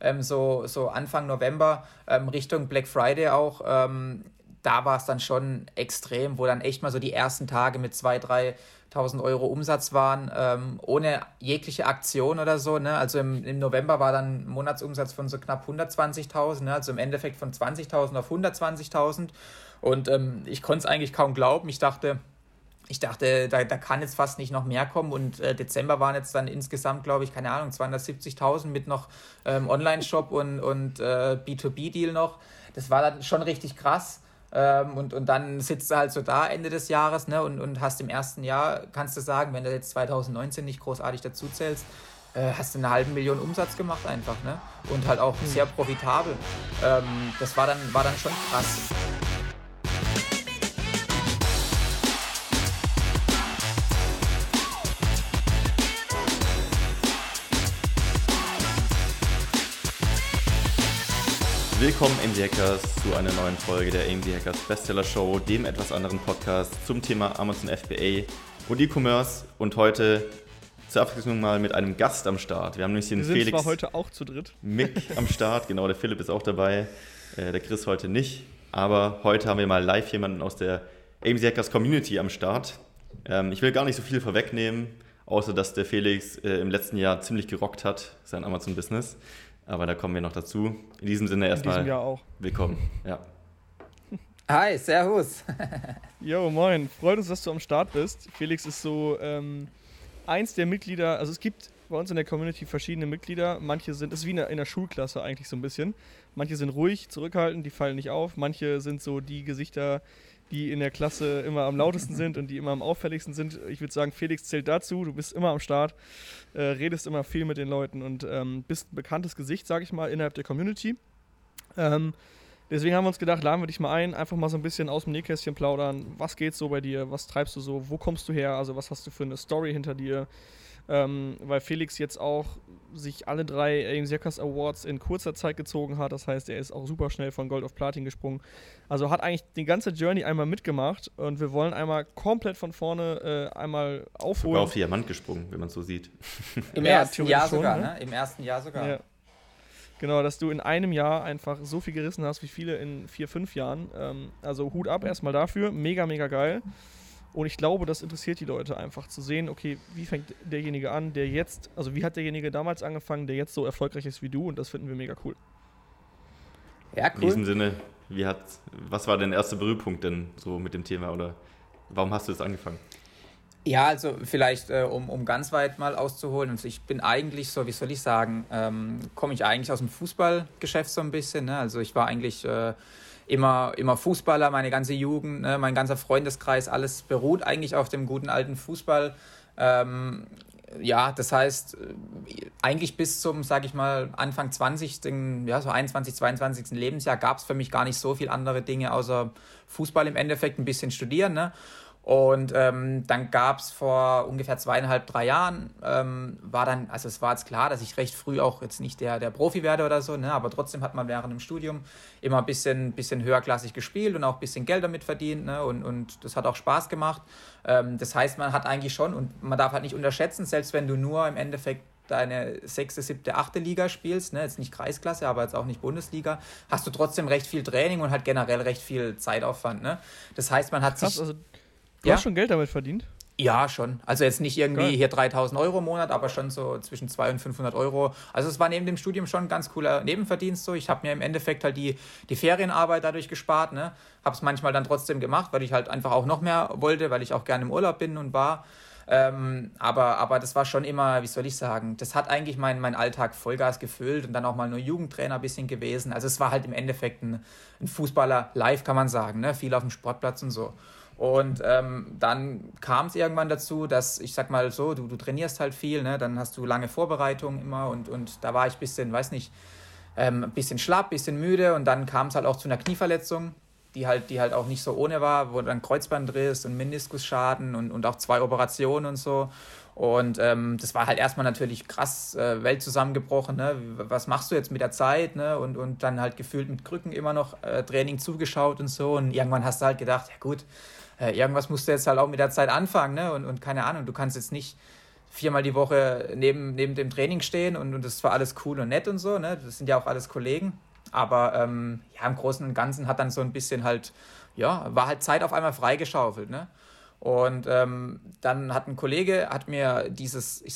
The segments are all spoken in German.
so Anfang November Richtung Black Friday auch, da war es dann schon extrem, wo dann echt mal so die ersten Tage mit 2.000, 3.000 Euro Umsatz waren, ohne jegliche Aktion oder so. Ne? Also im November war dann ein Monatsumsatz von so knapp 120.000, ne? Also im Endeffekt von 20.000 auf 120.000. Und ich konnte es eigentlich kaum glauben. Ich dachte, da kann jetzt fast nicht noch mehr kommen. Und Dezember waren jetzt dann insgesamt, glaube ich, keine Ahnung, 270.000 mit noch Online-Shop und B2B-Deal noch. Das war dann schon richtig krass. Und dann sitzt du halt so da Ende des Jahres, ne, und hast im ersten Jahr, kannst du sagen, wenn du jetzt 2019 nicht großartig dazu zählst, hast du 500.000 Umsatz gemacht einfach, ne? Und halt auch sehr profitabel. Das war dann schon krass. Willkommen AMZ Hackers zu einer neuen Folge der AMZ Hackers Bestseller Show, dem etwas anderen Podcast zum Thema Amazon FBA und E-Commerce, und heute zur Abwechslung mal mit einem Gast am Start. Wir haben nämlich den Felix. Wir sind zwar heute auch zu dritt. Mick am Start, genau, der Philipp ist auch dabei, der Chris heute nicht, aber heute haben wir mal live jemanden aus der AMZ Hackers Community am Start. Ich will gar nicht so viel vorwegnehmen, außer dass der Felix im letzten Jahr ziemlich gerockt hat, sein Amazon-Business. Aber da kommen wir noch dazu. In diesem Sinne erstmal in diesem Jahr auch. Willkommen. Ja. Hi, servus. Jo, moin. Freut uns, dass du am Start bist. Felix ist so eins der Mitglieder, also es gibt bei uns in der Community verschiedene Mitglieder. Manche sind, es ist wie in der Schulklasse eigentlich so ein bisschen. Manche sind ruhig, zurückhaltend, die fallen nicht auf. Manche sind so die Gesichter, die in der Klasse immer am lautesten sind und die immer am auffälligsten sind. Ich würde sagen, Felix zählt dazu. Du bist immer am Start, redest immer viel mit den Leuten und bist ein bekanntes Gesicht, sage ich mal, innerhalb der Community. Deswegen haben wir uns gedacht, laden wir dich mal ein, einfach mal so ein bisschen aus dem Nähkästchen plaudern. Was geht so bei dir? Was treibst du so? Wo kommst du her? Also was hast du für eine Story hinter dir? Weil Felix jetzt auch sich alle 3 AMZ Hackers Awards in kurzer Zeit gezogen hat. Das heißt, er ist auch super schnell von Gold auf Platin gesprungen. Also hat eigentlich die ganze Journey einmal mitgemacht und wir wollen einmal komplett von vorne einmal aufholen. Sogar auf Diamant gesprungen, wenn man es so sieht. Im ersten Jahr sogar, ne? Im ersten Jahr sogar. Ja. Genau, dass du in einem Jahr einfach so viel gerissen hast wie viele in 4, 5 Jahren. Also Hut ab erstmal dafür. Mega, mega geil. Und ich glaube, das interessiert die Leute einfach zu sehen, okay, wie fängt derjenige an, der jetzt, also wie hat derjenige damals angefangen, der jetzt so erfolgreich ist wie du, und das finden wir mega cool. Ja, cool. In diesem Sinne, was war dein erster Berührpunkt denn so mit dem Thema, oder warum hast du das angefangen? Ja, also vielleicht, um ganz weit mal auszuholen, also ich bin eigentlich so, wie soll ich sagen, komme ich eigentlich aus dem Fußballgeschäft so ein bisschen, ne? Also ich war eigentlich immer Fußballer, meine ganze Jugend, ne? Mein ganzer Freundeskreis, alles beruht eigentlich auf dem guten alten Fußball. Ja, das heißt, eigentlich bis zum, sage ich mal, Anfang 20., ja, so 21., 22. Lebensjahr gab es für mich gar nicht so viel andere Dinge außer Fußball im Endeffekt, ein bisschen studieren, ne? Und dann gab es vor ungefähr 2,5, 3 Jahren, also es war jetzt klar, dass ich recht früh auch jetzt nicht der Profi werde oder so, ne, aber trotzdem hat man während dem Studium immer ein bisschen höherklassig gespielt und auch ein bisschen Geld damit verdient, ne, und das hat auch Spaß gemacht. Das heißt, man hat eigentlich schon, und man darf halt nicht unterschätzen, selbst wenn du nur im Endeffekt deine 6., 7., 8. Liga spielst, ne, jetzt nicht Kreisklasse, aber jetzt auch nicht Bundesliga, hast du trotzdem recht viel Training und halt generell recht viel Zeitaufwand, ne. Das heißt, man hat Krass, sich... also du hast schon Geld damit verdient? Ja, schon. Also jetzt nicht irgendwie Geil. hier 3.000 Euro im Monat, aber schon so zwischen 200 und 500 Euro. Also es war neben dem Studium schon ein ganz cooler Nebenverdienst. So. Ich habe mir im Endeffekt halt die Ferienarbeit dadurch gespart. Ne? Habe es manchmal dann trotzdem gemacht, weil ich halt einfach auch noch mehr wollte, weil ich auch gerne im Urlaub bin und war. Aber das war schon immer, wie soll ich sagen, das hat eigentlich mein Alltag Vollgas gefüllt und dann auch mal nur Jugendtrainer ein bisschen gewesen. Also es war halt im Endeffekt ein Fußballer live, kann man sagen, ne? Viel auf dem Sportplatz und so. Und dann kam es irgendwann dazu, dass, ich sag mal so, du trainierst halt viel, ne? Dann hast du lange Vorbereitungen immer und da war ich ein bisschen, weiß nicht, ein bisschen schlapp, ein bisschen müde, und dann kam es halt auch zu einer Knieverletzung, die halt auch nicht so ohne war, wo dann Kreuzbandriss und Meniskusschaden und auch 2 Operationen und so. Und das war halt erstmal natürlich krass, Welt zusammengebrochen, ne? Was machst du jetzt mit der Zeit, ne? Und dann halt gefühlt mit Krücken immer noch Training zugeschaut und so, und irgendwann hast du halt gedacht, ja gut, irgendwas musst du jetzt halt auch mit der Zeit anfangen, ne? Und keine Ahnung, du kannst jetzt nicht 4-mal die Woche neben dem Training stehen und das war alles cool und nett und so, ne? Das sind ja auch alles Kollegen. Aber im Großen und Ganzen hat dann so ein bisschen halt, war halt Zeit auf einmal freigeschaufelt, ne? Und dann hat ein Kollege, hat mir dieses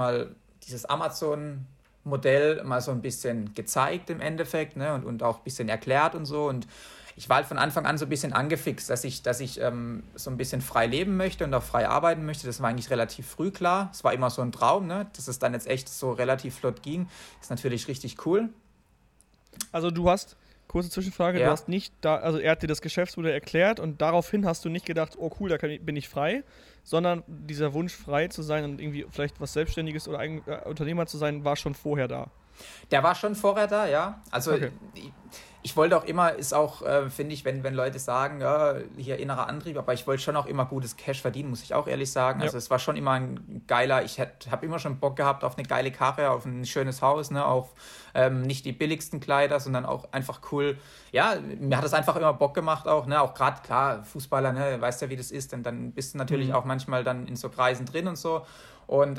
Amazon-Modell mal so ein bisschen gezeigt im Endeffekt, ne? Und auch ein bisschen erklärt und so. Und ich war halt von Anfang an so ein bisschen angefixt, dass ich so ein bisschen frei leben möchte und auch frei arbeiten möchte. Das war eigentlich relativ früh klar. Es war immer so ein Traum, ne? Dass es dann jetzt echt so relativ flott ging, ist natürlich richtig cool. Also du hast, kurze Zwischenfrage, du hast nicht da, also er hat dir das Geschäftsmodell erklärt und daraufhin hast du nicht gedacht, oh cool, bin ich frei, sondern dieser Wunsch frei zu sein und irgendwie vielleicht was Selbstständiges oder Unternehmer zu sein, war schon vorher da. Der war schon vorher da, ja. Also okay. Ich wollte auch immer, ist auch, finde ich, wenn Leute sagen, ja, hier innerer Antrieb, aber ich wollte schon auch immer gutes Cash verdienen, muss ich auch ehrlich sagen. Ja. Also es war schon immer ein geiler, ich habe immer schon Bock gehabt auf eine geile Karre, auf ein schönes Haus, ne, auf nicht die billigsten Kleider, sondern auch einfach cool. Ja, mir hat das einfach immer Bock gemacht auch, ne, auch gerade, klar, Fußballer, ne, weißt ja, wie das ist, denn dann bist du natürlich auch manchmal dann in so Kreisen drin und so. Und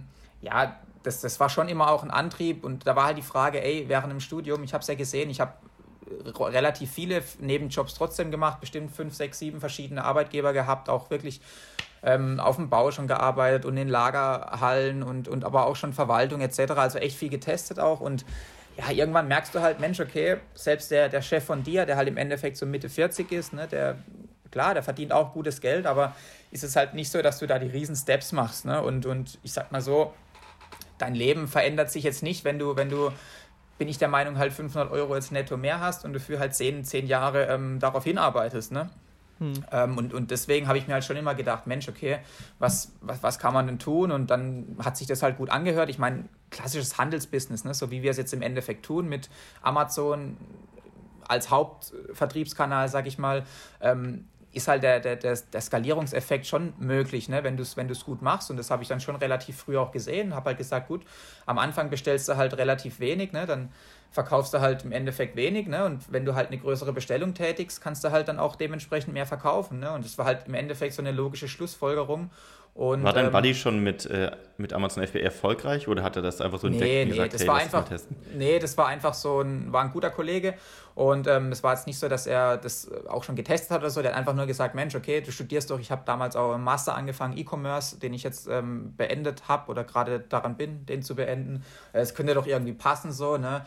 das war schon immer auch ein Antrieb und da war halt die Frage, während dem Studium, ich habe es ja gesehen, ich habe relativ viele Nebenjobs trotzdem gemacht, bestimmt 5, 6, 7 verschiedene Arbeitgeber gehabt, auch wirklich auf dem Bau schon gearbeitet und in Lagerhallen und aber auch schon Verwaltung etc., also echt viel getestet auch und ja, irgendwann merkst du halt, Mensch, okay, selbst der Chef von dir, der halt im Endeffekt so Mitte 40 ist, ne, der verdient auch gutes Geld, aber ist es halt nicht so, dass du da die riesen Steps machst, ne, und ich sag mal so, dein Leben verändert sich jetzt nicht, wenn du bin ich der Meinung, halt 500 € jetzt netto mehr hast und dafür halt 10 Jahre darauf hinarbeitest, ne? Und deswegen habe ich mir halt schon immer gedacht, Mensch, okay, was kann man denn tun? Und dann hat sich das halt gut angehört. Ich meine, klassisches Handelsbusiness, ne? So wie wir es jetzt im Endeffekt tun mit Amazon als Hauptvertriebskanal, sag ich mal, ist halt der Skalierungseffekt schon möglich, ne? Wenn du es gut machst. Und das habe ich dann schon relativ früh auch gesehen. Habe halt gesagt, gut, am Anfang bestellst du halt relativ wenig, ne? Dann verkaufst du halt im Endeffekt wenig, ne? Und wenn du halt eine größere Bestellung tätigst, kannst du halt dann auch dementsprechend mehr verkaufen, ne? Und das war halt im Endeffekt so eine logische Schlussfolgerung. Und, war dein Buddy schon mit Amazon FBA erfolgreich oder hat er das einfach so entdeckt und gesagt, das war einfach, das war einfach so war ein guter Kollege und es war jetzt nicht so, dass er das auch schon getestet hat oder so, der hat einfach nur gesagt, Mensch, okay, du studierst doch, ich habe damals auch im Master angefangen, E-Commerce, den ich jetzt beendet habe oder gerade daran bin, den zu beenden. Es könnte doch irgendwie passen, so, ne?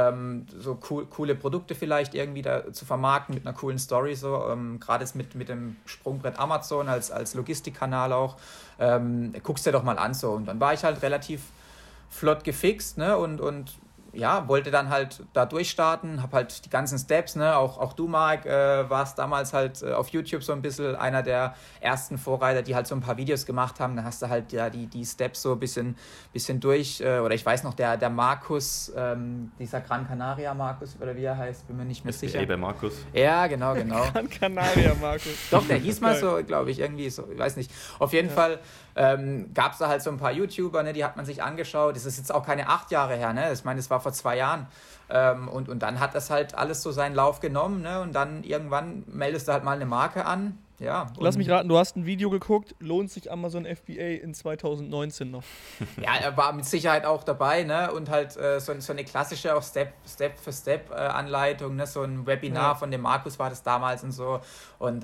So coole Produkte vielleicht irgendwie da zu vermarkten mit einer coolen Story, so, gerade jetzt mit dem Sprungbrett Amazon als Logistikkanal auch. Guckst dir doch mal an so. Und dann war ich halt relativ flott gefixt, ne? Und ja, wollte dann halt da durchstarten, habe halt die ganzen Steps, ne? Auch du, Marc, warst damals halt auf YouTube so ein bisschen einer der ersten Vorreiter, die halt so ein paar Videos gemacht haben. Da hast du halt ja die Steps so ein bisschen durch, oder ich weiß noch, der Markus, dieser Gran Canaria Markus, oder wie er heißt, bin mir nicht mehr sicher. bei Markus. Ja, genau. Gran Canaria Markus. Doch, der hieß mal so, glaube ich, irgendwie so, ich weiß nicht. Auf jeden Fall gab es da halt so ein paar YouTuber, ne, die hat man sich angeschaut. Das ist jetzt auch keine 8 Jahre her, ne? Ich meine, das war vor 2 Jahren. Und dann hat das halt alles so seinen Lauf genommen, ne? Und dann irgendwann meldest du halt mal eine Marke an. Ja, lass mich raten, du hast ein Video geguckt, lohnt sich Amazon FBA in 2019 noch? Ja, er war mit Sicherheit auch dabei, ne? Und halt so eine klassische auch Step-für-Step-Anleitung, ne? So ein Webinar von dem Markus war das damals und so. Und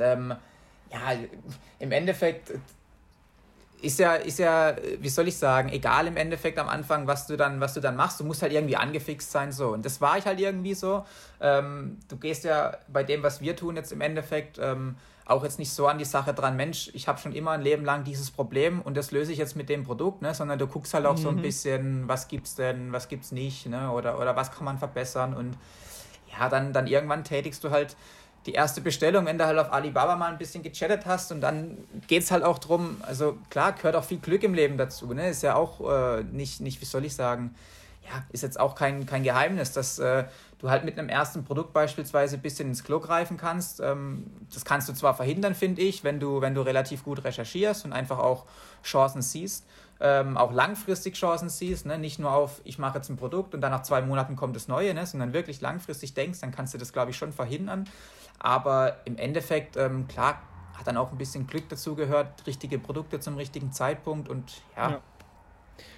im Endeffekt ist ja, wie soll ich sagen, egal im Endeffekt am Anfang, was du dann machst, du musst halt irgendwie angefixt sein, so. Und das war ich halt irgendwie so. Du gehst ja bei dem, was wir tun jetzt im Endeffekt, auch jetzt nicht so an die Sache dran, Mensch, ich habe schon immer ein Leben lang dieses Problem und das löse ich jetzt mit dem Produkt, ne? Sondern du guckst halt auch so ein bisschen, was gibt's denn, was gibt's nicht, ne? Oder was kann man verbessern und ja, dann irgendwann tätigst du halt die erste Bestellung, wenn du halt auf Alibaba mal ein bisschen gechattet hast und dann geht es halt auch drum, also klar, gehört auch viel Glück im Leben dazu, ne? Ist ja auch nicht, wie soll ich sagen, ja, ist jetzt auch kein Geheimnis, dass du halt mit einem ersten Produkt beispielsweise ein bisschen ins Klo greifen kannst. Das kannst du zwar verhindern, finde ich, wenn du relativ gut recherchierst und einfach auch Chancen siehst, auch langfristig Chancen siehst, ne? Nicht nur auf, ich mache jetzt ein Produkt und dann nach 2 Monaten kommt das Neue, ne? Sondern wirklich langfristig denkst, dann kannst du das, glaube ich, schon verhindern. Aber im Endeffekt, klar, hat dann auch ein bisschen Glück dazu gehört, richtige Produkte zum richtigen Zeitpunkt und ja.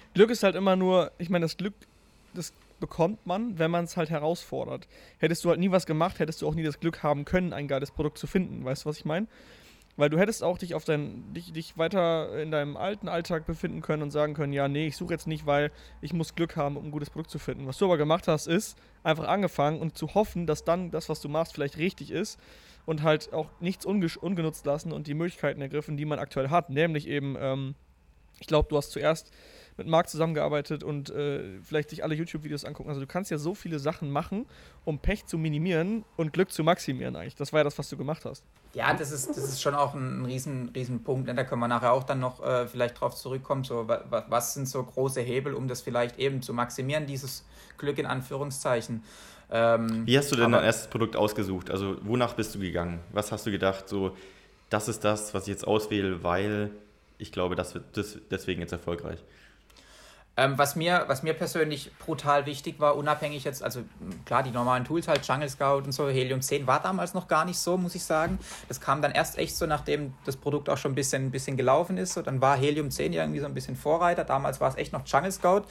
Glück ist halt immer nur, ich meine, das Glück, das bekommt man, wenn man es halt herausfordert. Hättest du halt nie was gemacht, hättest du auch nie das Glück haben können, ein geiles Produkt zu finden. Weißt du, was ich meine? Weil du hättest auch dich dich weiter in deinem alten Alltag befinden können und sagen können, ja, nee, ich suche jetzt nicht, weil ich muss Glück haben, um ein gutes Produkt zu finden. Was du aber gemacht hast, ist einfach angefangen und zu hoffen, dass dann das, was du machst, vielleicht richtig ist und halt auch nichts ungenutzt lassen und die Möglichkeiten ergriffen, die man aktuell hat. Nämlich eben, ich glaube, du hast zuerst mit Marc zusammengearbeitet und vielleicht sich alle YouTube-Videos angucken. Also du kannst ja so viele Sachen machen, um Pech zu minimieren und Glück zu maximieren eigentlich. Das war ja das, was du gemacht hast. Ja, das ist schon auch ein riesen Punkt. Ne? Da können wir nachher auch dann noch vielleicht drauf zurückkommen. So, was sind so große Hebel, um das vielleicht eben zu maximieren, dieses Glück in Anführungszeichen. Wie hast du denn dein erstes Produkt ausgesucht? Also wonach bist du gegangen? Was hast du gedacht, so, das ist das, was ich jetzt auswähle, weil ich glaube, das wird deswegen jetzt erfolgreich? Was mir persönlich brutal wichtig war, unabhängig jetzt, also klar, die normalen Tools halt, Jungle Scout und so, Helium 10 war damals noch gar nicht so, muss ich sagen. Das kam dann erst echt so, nachdem das Produkt auch schon ein bisschen gelaufen ist. So, dann war Helium 10 irgendwie so ein bisschen Vorreiter. Damals war es echt noch Jungle Scout.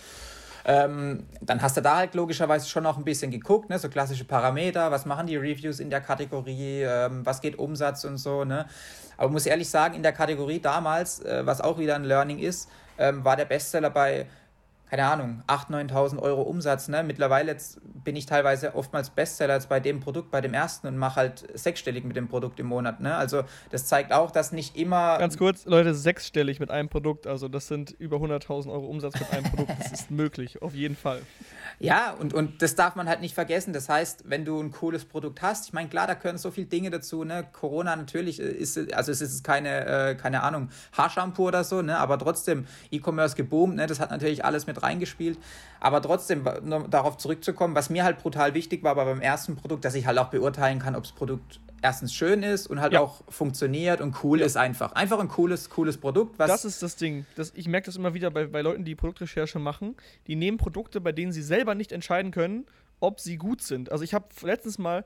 Dann hast du da halt logischerweise schon noch ein bisschen geguckt, ne? So klassische Parameter, was machen die Reviews in der Kategorie, was geht Umsatz und so. Ne? Aber muss ehrlich sagen, in der Kategorie damals, was auch wieder ein Learning ist, war der Bestseller bei, keine Ahnung, 8.000, 9.000 Euro Umsatz. Ne? Mittlerweile jetzt bin ich teilweise oftmals Bestseller als bei dem Produkt, bei dem ersten und mache halt sechsstellig mit dem Produkt im Monat. Ne? Also das zeigt auch, dass nicht immer... Ganz kurz, Leute, sechsstellig mit einem Produkt, also das sind über 100.000 Euro Umsatz mit einem Produkt. Das ist möglich, auf jeden Fall. Ja, und das darf man halt nicht vergessen. Das heißt, wenn du ein cooles Produkt hast, ich meine, klar, da gehören so viele Dinge dazu, ne? Corona natürlich ist, also es ist keine Ahnung, Haarshampoo oder so, ne? Aber trotzdem, E-Commerce geboomt, ne? Das hat natürlich alles mit reingespielt. Aber trotzdem, nur darauf zurückzukommen, was mir halt brutal wichtig war, beim ersten Produkt, dass ich halt auch beurteilen kann, ob das Produkt erstens schön ist und halt auch funktioniert und cool ist einfach. Einfach ein cooles Produkt. Das ist das Ding. Ich merke das immer wieder bei Leuten, die Produktrecherche machen. Die nehmen Produkte, bei denen sie selber nicht entscheiden können, ob sie gut sind. Also ich habe letztens mal,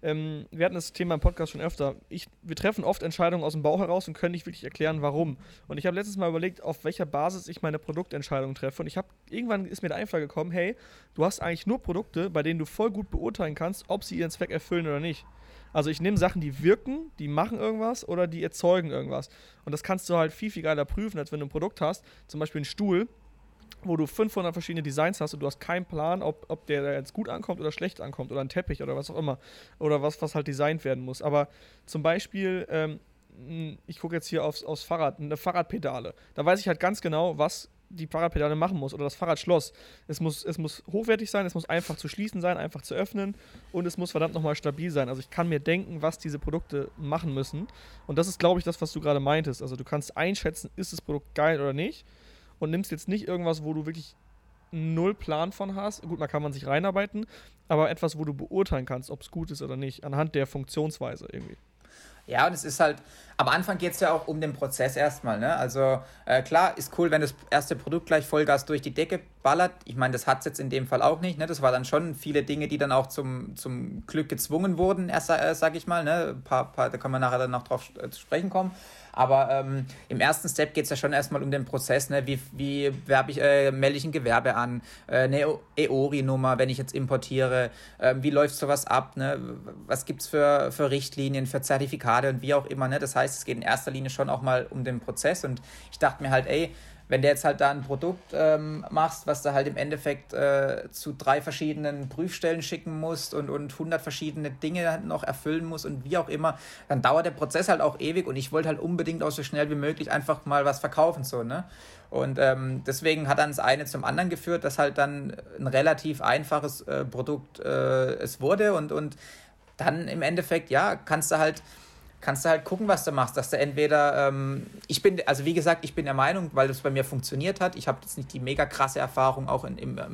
wir hatten das Thema im Podcast schon öfter, wir treffen oft Entscheidungen aus dem Bauch heraus und können nicht wirklich erklären, warum. Und ich habe letztens mal überlegt, auf welcher Basis ich meine Produktentscheidung treffe. Und irgendwann ist mir der Einfall gekommen, hey, du hast eigentlich nur Produkte, bei denen du voll gut beurteilen kannst, ob sie ihren Zweck erfüllen oder nicht. Also ich nehme Sachen, die wirken, die machen irgendwas oder die erzeugen irgendwas. Und das kannst du halt viel geiler prüfen, als wenn du ein Produkt hast, zum Beispiel einen Stuhl, wo du 500 verschiedene Designs hast und du hast keinen Plan, ob der jetzt gut ankommt oder schlecht ankommt oder ein Teppich oder was auch immer. Oder was halt designt werden muss. Aber zum Beispiel, ich gucke jetzt hier aufs Fahrrad, eine Fahrradpedale. Da weiß ich halt ganz genau, was die Fahrradpedale machen muss oder das Fahrradschloss. Es muss hochwertig sein, es muss einfach zu schließen sein, einfach zu öffnen und es muss verdammt nochmal stabil sein. Also ich kann mir denken, was diese Produkte machen müssen und das ist, glaube ich, das, was du gerade meintest. Also du kannst einschätzen, ist das Produkt geil oder nicht und nimmst jetzt nicht irgendwas, wo du wirklich null Plan von hast. Gut, kann man sich reinarbeiten, aber etwas, wo du beurteilen kannst, ob es gut ist oder nicht, anhand der Funktionsweise irgendwie. Ja, und es ist halt, am Anfang geht es ja auch um den Prozess erstmal, ne? Also klar, ist cool, wenn das erste Produkt gleich Vollgas durch die Decke ballert. Ich meine, das hat es jetzt in dem Fall auch nicht, ne? Das war dann schon viele Dinge, die dann auch zum Glück gezwungen wurden, sag ich mal, ne? Da können wir nachher dann noch drauf zu sprechen kommen. Aber im ersten Step geht es ja schon erstmal um den Prozess, ne? Wie melde ich ein Gewerbe an, eine EORI-Nummer, wenn ich jetzt importiere, wie läuft sowas ab, ne? Was gibt es für Richtlinien, für Zertifikate und wie auch immer, ne? Das heißt, es geht in erster Linie schon auch mal um den Prozess und ich dachte mir halt, wenn du jetzt halt da ein Produkt machst, was du halt im Endeffekt zu 3 verschiedenen Prüfstellen schicken musst und 100 verschiedene Dinge noch erfüllen musst und wie auch immer, dann dauert der Prozess halt auch ewig und ich wollte halt unbedingt auch so schnell wie möglich einfach mal was verkaufen, so, ne? Und deswegen hat dann das eine zum anderen geführt, dass halt dann ein relativ einfaches Produkt es wurde und dann im Endeffekt, ja, kannst du halt gucken, was du machst, dass du entweder, ich bin der Meinung, weil das bei mir funktioniert hat, ich habe jetzt nicht die mega krasse Erfahrung auch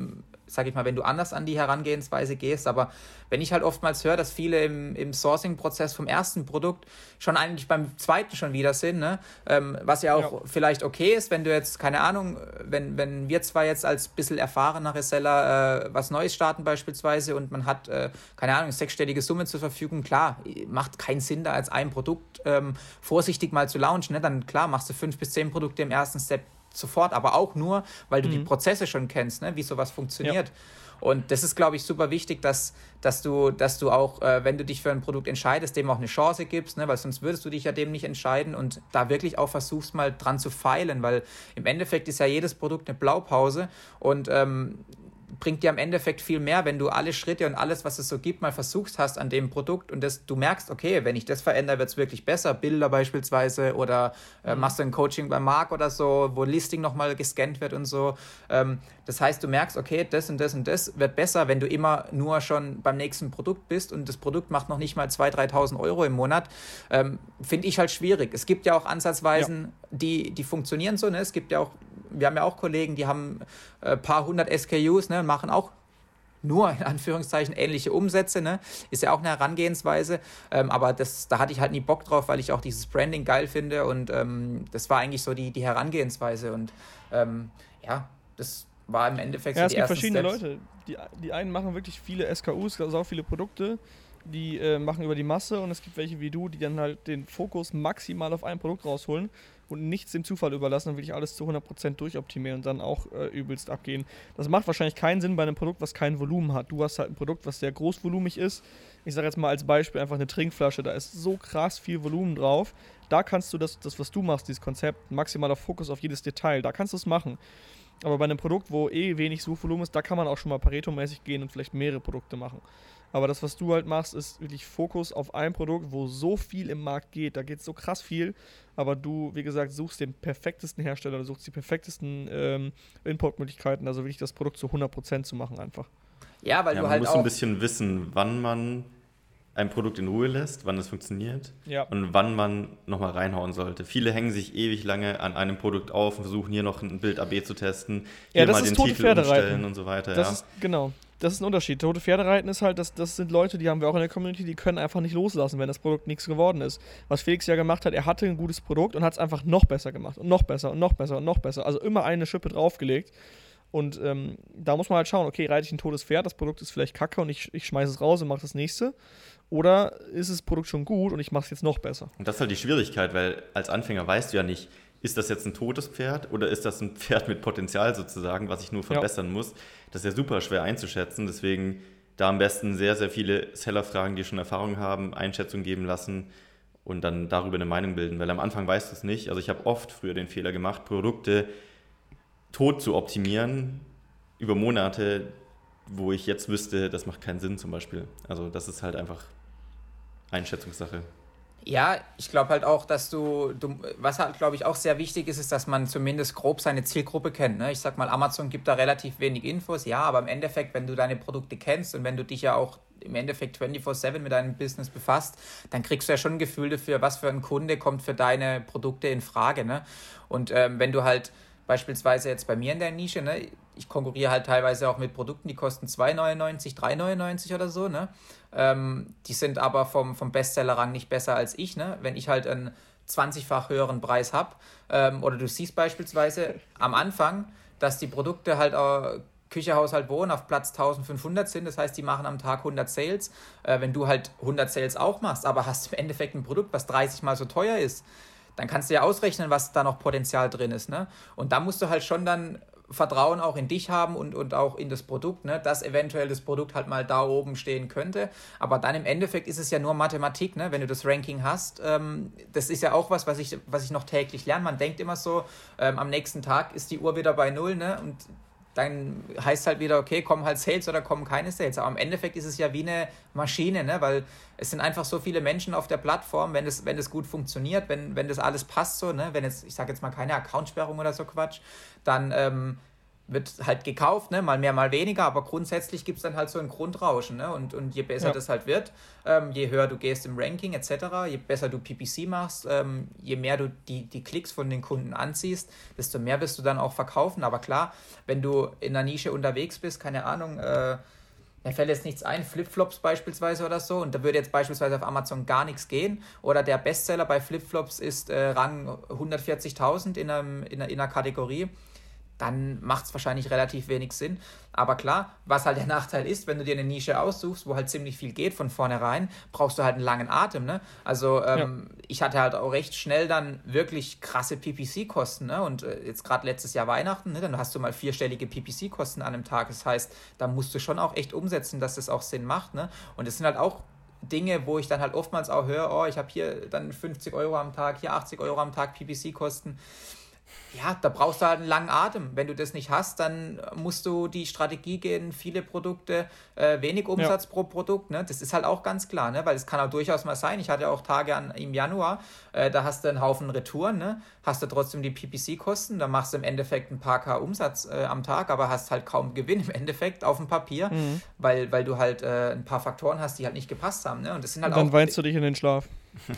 sag ich mal, wenn du anders an die Herangehensweise gehst, aber wenn ich halt oftmals höre, dass viele im Sourcing-Prozess vom ersten Produkt schon eigentlich beim zweiten schon wieder sind, ne? Was ja auch vielleicht okay ist, wenn du jetzt, keine Ahnung, wenn wir zwar jetzt als bisschen erfahrener Reseller was Neues starten beispielsweise und man hat, keine Ahnung, 6-stellige Summe zur Verfügung, klar, macht keinen Sinn, da als ein Produkt vorsichtig mal zu launchen, ne? Dann klar, machst du 5 bis 10 Produkte im ersten Step sofort, aber auch nur, weil du die Prozesse schon kennst, ne, wie sowas funktioniert. Ja. Und das ist, glaube ich, super wichtig, dass du auch, wenn du dich für ein Produkt entscheidest, dem auch eine Chance gibst, ne? Weil sonst würdest du dich ja dem nicht entscheiden und da wirklich auch versuchst, mal dran zu feilen, weil im Endeffekt ist ja jedes Produkt eine Blaupause und bringt dir am Endeffekt viel mehr, wenn du alle Schritte und alles, was es so gibt, mal versuchst hast an dem Produkt und du merkst, okay, wenn ich das verändere, wird es wirklich besser, Bilder beispielsweise oder machst du ein Coaching bei Marc oder so, wo Listing nochmal gescannt wird und so. Das heißt, du merkst, okay, das und das und das wird besser, wenn du immer nur schon beim nächsten Produkt bist und das Produkt macht noch nicht mal 2.000, 3.000 Euro im Monat, finde ich halt schwierig. Es gibt ja auch Ansatzweisen, die funktionieren so, ne? Es gibt ja auch, wir haben ja auch Kollegen, die haben ein paar hundert SKUs, ne, und machen auch nur in Anführungszeichen ähnliche Umsätze, ne? Ist ja auch eine Herangehensweise, aber da hatte ich halt nie Bock drauf, weil ich auch dieses Branding geil finde und das war eigentlich so die Herangehensweise und das war im Endeffekt so die ersten Steps. Ja, es gibt verschiedene Leute. Die einen machen wirklich viele SKUs, also auch viele Produkte, die machen über die Masse und es gibt welche wie du, die dann halt den Fokus maximal auf ein Produkt rausholen und nichts dem Zufall überlassen, dann will ich alles zu 100% durchoptimieren und dann auch übelst abgehen. Das macht wahrscheinlich keinen Sinn bei einem Produkt, was kein Volumen hat. Du hast halt ein Produkt, was sehr großvolumig ist. Ich sage jetzt mal als Beispiel einfach eine Trinkflasche, da ist so krass viel Volumen drauf. Da kannst du das was du machst, dieses Konzept, maximaler Fokus auf jedes Detail, da kannst du es machen. Aber bei einem Produkt, wo wenig Suchvolumen ist, da kann man auch schon mal Pareto-mäßig gehen und vielleicht mehrere Produkte machen. Aber das, was du halt machst, ist wirklich Fokus auf ein Produkt, wo so viel im Markt geht. Da geht so krass viel, aber du, wie gesagt, suchst den perfektesten Hersteller, du suchst die perfektesten Importmöglichkeiten, also wirklich das Produkt zu 100% zu machen einfach. Ja, weil du man halt muss auch ein bisschen wissen, wann man ein Produkt in Ruhe lässt, wann es funktioniert und wann man nochmal reinhauen sollte. Viele hängen sich ewig lange an einem Produkt auf und versuchen hier noch ein Bild AB zu testen, hier mal den Titel umstellen und so weiter. Das ist ein Unterschied. Tote Pferde reiten ist halt, das sind Leute, die haben wir auch in der Community, die können einfach nicht loslassen, wenn das Produkt nichts geworden ist. Was Felix ja gemacht hat, er hatte ein gutes Produkt und hat es einfach noch besser gemacht und noch besser und noch besser und noch besser. Also immer eine Schippe draufgelegt. Und da muss man halt schauen, okay, reite ich ein totes Pferd, das Produkt ist vielleicht kacke und ich schmeiße es raus und mache das nächste. Oder ist das Produkt schon gut und ich mache es jetzt noch besser? Und das ist halt die Schwierigkeit, weil als Anfänger weißt du ja nicht, ist das jetzt ein totes Pferd oder ist das ein Pferd mit Potenzial sozusagen, was ich nur verbessern muss? Das ist ja super schwer einzuschätzen, deswegen da am besten sehr, sehr viele Seller fragen, die schon Erfahrung haben, Einschätzung geben lassen und dann darüber eine Meinung bilden, weil am Anfang weißt du es nicht. Also ich habe oft früher den Fehler gemacht, Produkte tot zu optimieren über Monate, wo ich jetzt wüsste, das macht keinen Sinn zum Beispiel. Also das ist halt einfach Einschätzungssache. Ja, ich glaube halt auch, dass was halt, glaube ich, auch sehr wichtig ist, ist, dass man zumindest grob seine Zielgruppe kennt. Ne? Ich sag mal, Amazon gibt da relativ wenig Infos, ja, aber im Endeffekt, wenn du deine Produkte kennst und wenn du dich ja auch im Endeffekt 24/7 mit deinem Business befasst, dann kriegst du ja schon ein Gefühl dafür, was für ein Kunde kommt für deine Produkte in Frage. Ne? Und wenn du halt beispielsweise jetzt bei mir in der Nische, ne, ich konkurriere halt teilweise auch mit Produkten, die kosten 2,99, 3,99 oder so, ne? Die sind aber vom Bestsellerrang nicht besser als ich, ne? Wenn ich halt einen 20-fach höheren Preis habe, oder du siehst beispielsweise am Anfang, dass die Produkte halt Küche, Haushalt, Wohnen auf Platz 1500 sind, das heißt, die machen am Tag 100 Sales. Wenn du halt 100 Sales auch machst, aber hast im Endeffekt ein Produkt, was 30 mal so teuer ist, dann kannst du ja ausrechnen, was da noch Potenzial drin ist, ne? Und da musst du halt schon dann Vertrauen auch in dich haben und auch in das Produkt, ne? Dass eventuell das Produkt halt mal da oben stehen könnte. Aber dann im Endeffekt ist es ja nur Mathematik, ne? Wenn du das Ranking hast. Das ist ja auch was ich noch täglich lerne. Man denkt immer so, am nächsten Tag ist die Uhr wieder bei Null, ne? Und dann heißt halt wieder, okay, kommen halt Sales oder kommen keine Sales. Aber im Endeffekt ist es ja wie eine Maschine, ne? Weil es sind einfach so viele Menschen auf der Plattform, wenn es gut funktioniert, wenn das alles passt so, ne? Wenn jetzt, ich sage jetzt mal keine Accountsperrung oder so Quatsch, dann wird halt gekauft, ne? Mal mehr, mal weniger, aber grundsätzlich gibt es dann halt so ein Grundrauschen, ne? Und je besser das halt wird, je höher du gehst im Ranking etc., je besser du PPC machst, je mehr du die Klicks von den Kunden anziehst, desto mehr wirst du dann auch verkaufen. Aber klar, wenn du in einer Nische unterwegs bist, keine Ahnung, mir fällt jetzt nichts ein, Flipflops beispielsweise oder so, und da würde jetzt beispielsweise auf Amazon gar nichts gehen, oder der Bestseller bei Flipflops ist Rang 140.000 in einer Kategorie, dann macht es wahrscheinlich relativ wenig Sinn. Aber klar, was halt der Nachteil ist, wenn du dir eine Nische aussuchst, wo halt ziemlich viel geht von vornherein, brauchst du halt einen langen Atem. Ne? Also ich hatte halt auch recht schnell dann wirklich krasse PPC-Kosten. Ne? Und jetzt gerade letztes Jahr Weihnachten, ne? Dann hast du mal 4-stellige PPC-Kosten an einem Tag. Das heißt, da musst du schon auch echt umsetzen, dass das auch Sinn macht. Ne? Und das sind halt auch Dinge, wo ich dann halt oftmals auch höre, ich habe hier dann 50 Euro am Tag, hier 80 Euro am Tag PPC-Kosten. Ja, da brauchst du halt einen langen Atem. Wenn du das nicht hast, dann musst du die Strategie gehen, viele Produkte, wenig Umsatz pro Produkt. Ne? Das ist halt auch ganz klar, ne? Weil es kann auch durchaus mal sein. Ich hatte auch Tage im Januar, da hast du einen Haufen Retouren, ne? Hast du trotzdem die PPC-Kosten, da machst du im Endeffekt ein paar K Umsatz am Tag, aber hast halt kaum Gewinn im Endeffekt auf dem Papier, weil du halt ein paar Faktoren hast, die halt nicht gepasst haben. Ne? Und das sind halt und dann weinst du dich in den Schlaf.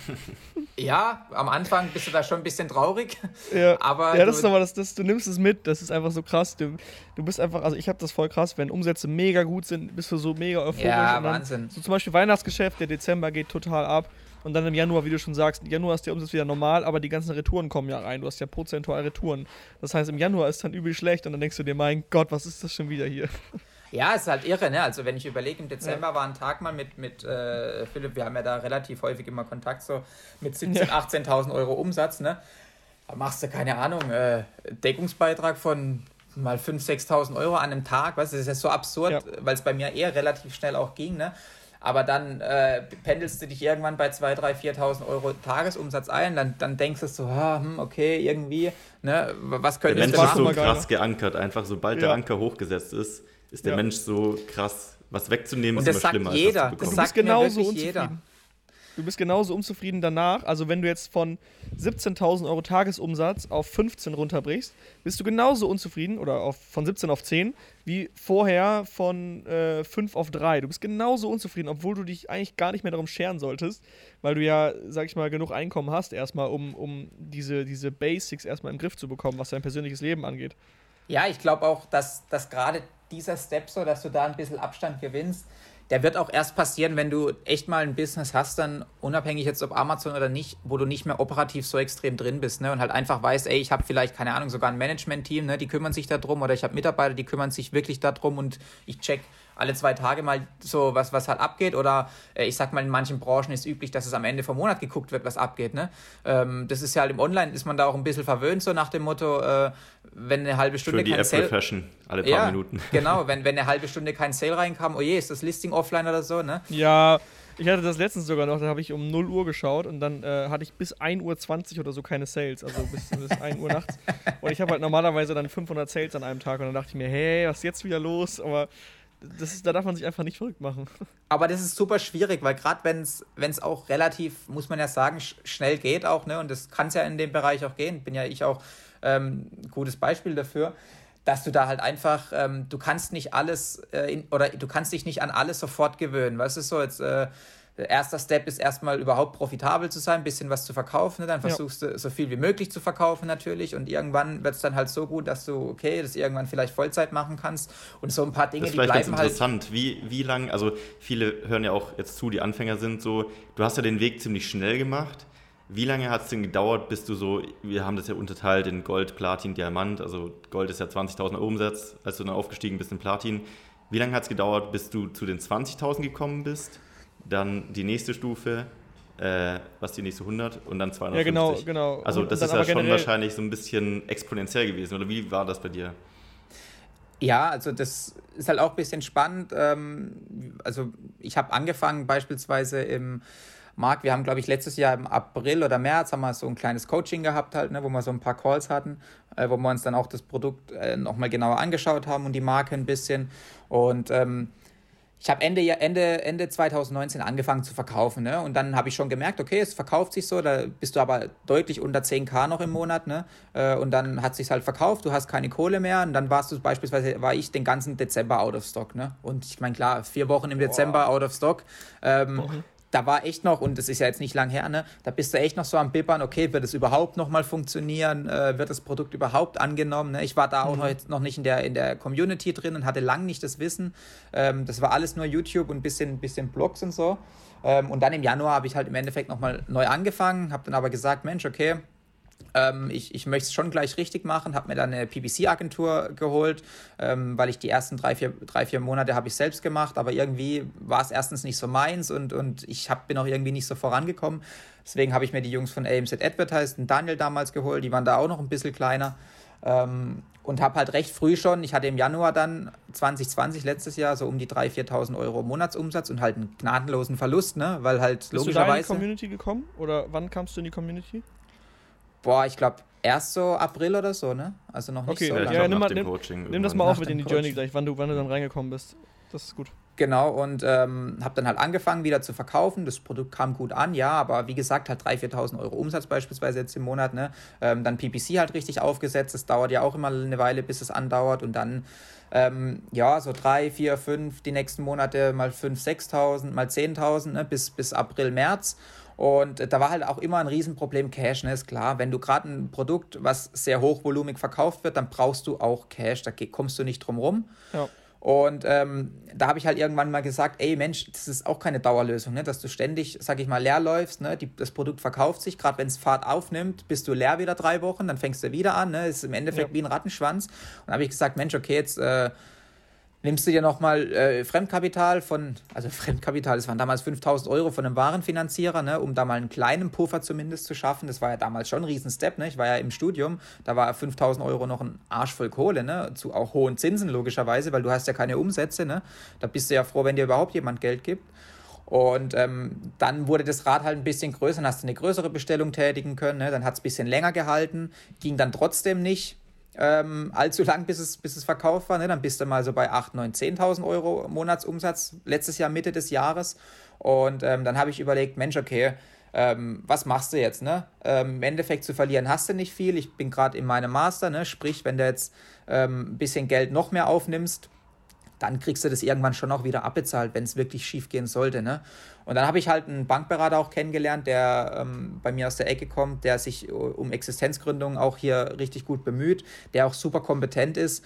Ja, am Anfang bist du da schon ein bisschen traurig. Ja, aber das ist aber du nimmst es mit, das ist einfach so krass. Du bist einfach, also ich habe das voll krass, wenn Umsätze mega gut sind, bist du so mega euphorisch. Ja, und dann, Wahnsinn. So zum Beispiel Weihnachtsgeschäft, der Dezember geht total ab. Und dann im Januar, wie du schon sagst, im Januar ist der Umsatz wieder normal, aber die ganzen Retouren kommen ja rein. Du hast ja prozentual Retouren. Das heißt, im Januar ist dann übel schlecht und dann denkst du dir, mein Gott, was ist das schon wieder hier? Ja, es ist halt irre, ne? Also wenn ich überlege, im Dezember war ein Tag mal mit Philipp, wir haben ja da relativ häufig immer Kontakt, so mit 17.000, 18.000 Euro Umsatz, ne? Da machst du, keine Ahnung, Deckungsbeitrag von mal 5.000, 6.000 Euro an einem Tag, weißt du, das ist ja so absurd, weil es bei mir eher relativ schnell auch ging, ne? Aber dann pendelst du dich irgendwann bei 2.000, 3.000, 4.000 Euro Tagesumsatz ein, dann denkst du so, okay, irgendwie, ne, was könnte ich ich machen? Der Mensch ist so machen? krass geankert, einfach sobald der Anker hochgesetzt ist der Mensch so krass, was wegzunehmen und ist immer schlimmer. Und das sagt jeder, das sagt genauso wirklich jeder. Du bist genauso unzufrieden danach, also wenn du jetzt von 17.000 Euro Tagesumsatz auf 15 runterbrichst, bist du genauso unzufrieden, oder von 17 auf 10, wie vorher von 5 auf 3. Du bist genauso unzufrieden, obwohl du dich eigentlich gar nicht mehr darum scheren solltest, weil du ja, sag ich mal, genug Einkommen hast erstmal, um diese Basics erstmal im Griff zu bekommen, was dein persönliches Leben angeht. Ja, ich glaube auch, dass gerade dieser Step so, dass du da ein bisschen Abstand gewinnst, der wird auch erst passieren, wenn du echt mal ein Business hast, dann unabhängig jetzt ob Amazon oder nicht, wo du nicht mehr operativ so extrem drin bist, ne? Und halt einfach weißt, ich habe vielleicht, keine Ahnung, sogar ein Management-Team, ne? Die kümmern sich darum, oder ich habe Mitarbeiter, die kümmern sich wirklich darum und ich check alle 2 Tage mal so, was halt abgeht, oder ich sag mal, in manchen Branchen ist üblich, dass es am Ende vom Monat geguckt wird, was abgeht, ne? Das ist ja halt im Online, ist man da auch ein bisschen verwöhnt, so nach dem Motto, wenn eine halbe Stunde kein Sale... Apple Fashion, alle paar Minuten. Genau, wenn eine halbe Stunde kein Sale reinkam, oh je, ist das Listing offline oder so, ne? Ja, ich hatte das letztens sogar noch, da habe ich um 0 Uhr geschaut und dann hatte ich bis 1.20 Uhr oder so keine Sales, also bis 1 Uhr nachts. Und ich habe halt normalerweise dann 500 Sales an einem Tag und dann dachte ich mir, hey, was ist jetzt wieder los? Aber da darf man sich einfach nicht verrückt machen. Aber das ist super schwierig, weil gerade wenn es auch relativ, muss man ja sagen, schnell geht auch, ne? Und das kann es ja in dem Bereich auch gehen, bin ja ich auch ein gutes Beispiel dafür, dass du da halt einfach, du kannst nicht alles, du kannst dich nicht an alles sofort gewöhnen. Weißt du, so jetzt, erster Step ist erstmal überhaupt profitabel zu sein, ein bisschen was zu verkaufen, ne? Dann versuchst du so viel wie möglich zu verkaufen natürlich und irgendwann wird es dann halt so gut, dass du, das irgendwann vielleicht Vollzeit machen kannst und so ein paar Dinge, die bleiben halt... Das ist vielleicht ganz halt... interessant, wie lang, also viele hören ja auch jetzt zu, die Anfänger sind so, du hast ja den Weg ziemlich schnell gemacht. Wie lange hat es denn gedauert, bis du so, wir haben das ja unterteilt in Gold, Platin, Diamant, also Gold ist ja 20.000 Euro Umsatz, als du dann aufgestiegen bist in Platin. Wie lange hat es gedauert, bis du zu den 20.000 gekommen bist? Dann die nächste Stufe, was die nächste 100 und dann 250. Ja, genau. Also das ist ja schon wahrscheinlich so ein bisschen exponentiell gewesen, oder wie war das bei dir? Ja, also das ist halt auch ein bisschen spannend. Also ich habe angefangen beispielsweise im Marc, wir haben, glaube ich, letztes Jahr im April oder März haben wir so ein kleines Coaching gehabt halt, ne, wo wir so ein paar Calls hatten, wo wir uns dann auch das Produkt nochmal genauer angeschaut haben und die Marke ein bisschen. Und ich habe Ende 2019 angefangen zu verkaufen, ne? Und dann habe ich schon gemerkt, okay, es verkauft sich so, da bist du aber deutlich unter 10.000 noch im Monat, ne? Und dann hat es sich halt verkauft, du hast keine Kohle mehr und dann war ich den ganzen Dezember out of stock, ne? Und ich meine, klar, 4 Wochen im Dezember out of stock, da war echt noch, und das ist ja jetzt nicht lang her, ne, da bist du echt noch so am Bibbern, okay, wird es überhaupt nochmal funktionieren, wird das Produkt überhaupt angenommen, ne? Ich war da auch noch nicht in der Community drin und hatte lang nicht das Wissen, das war alles nur YouTube und ein bisschen Blogs und so, und dann im Januar habe ich halt im Endeffekt nochmal neu angefangen, habe dann aber gesagt, Mensch, okay, Ich möchte es schon gleich richtig machen, habe mir dann eine PPC-Agentur geholt, weil ich die ersten 3-4 Monate habe ich selbst gemacht, aber irgendwie war es erstens nicht so meins und bin auch irgendwie nicht so vorangekommen. Deswegen habe ich mir die Jungs von AMZ Advertised und Daniel damals geholt, die waren da auch noch ein bisschen kleiner. Und habe halt recht früh schon, ich hatte im Januar dann 2020, letztes Jahr, so um die 3.000, 4.000 Euro Monatsumsatz und halt einen gnadenlosen Verlust, ne? Weil halt Bist logischerweise... du da in die Community gekommen oder wann kamst du in die Community? Boah, ich glaube erst so April oder so, ne? Also noch nicht okay, so lange. Ja, nimm das mal auf mit in die Journey gleich, wann du dann reingekommen bist. Das ist gut. Genau, und habe dann halt angefangen wieder zu verkaufen. Das Produkt kam gut an, ja, aber wie gesagt, halt 3.000, 4.000 Euro Umsatz beispielsweise jetzt im Monat, ne? Dann PPC halt richtig aufgesetzt. Das dauert ja auch immer eine Weile, bis es andauert. Und dann, so 3, 4, 5, die nächsten Monate mal 5.000, 6.000, mal 10.000, ne? Bis April, März. Und da war halt auch immer ein Riesenproblem Cash, ne, ist klar. Wenn du gerade ein Produkt, was sehr hochvolumig verkauft wird, dann brauchst du auch Cash, da kommst du nicht drum rum. Ja. Und da habe ich halt irgendwann mal gesagt, ey Mensch, das ist auch keine Dauerlösung, ne? Dass du ständig, sag ich mal, leer läufst, ne? Das Produkt verkauft sich, gerade wenn es Fahrt aufnimmt, bist du leer wieder 3 Wochen, dann fängst du wieder an, ne? Ist im Endeffekt wie ein Rattenschwanz. Und da habe ich gesagt, Mensch, okay, jetzt nimmst du dir nochmal Fremdkapital, das waren damals 5.000 Euro von einem Warenfinanzierer, ne, um da mal einen kleinen Puffer zumindest zu schaffen. Das war ja damals schon ein Riesen-Step, ne? Ich war ja im Studium, da war 5.000 Euro noch ein Arsch voll Kohle, ne? Zu auch hohen Zinsen logischerweise, weil du hast ja keine Umsätze, ne? Da bist du ja froh, wenn dir überhaupt jemand Geld gibt. Und dann wurde das Rad halt ein bisschen größer, dann hast du eine größere Bestellung tätigen können, ne? Dann hat es ein bisschen länger gehalten, ging dann trotzdem nicht allzu lang, bis es verkauft war, ne? Dann bist du mal so bei 8.000, 9.000, 10.000 Euro Monatsumsatz, letztes Jahr Mitte des Jahres. Und dann habe ich überlegt, Mensch, okay, was machst du jetzt, ne? Im Endeffekt zu verlieren hast du nicht viel. Ich bin gerade in meinem Master, ne? Sprich, wenn du jetzt ein bisschen Geld noch mehr aufnimmst, dann kriegst du das irgendwann schon auch wieder abbezahlt, wenn es wirklich schief gehen sollte, ne? Und dann habe ich halt einen Bankberater auch kennengelernt, der bei mir aus der Ecke kommt, der sich um Existenzgründung auch hier richtig gut bemüht, der auch super kompetent ist,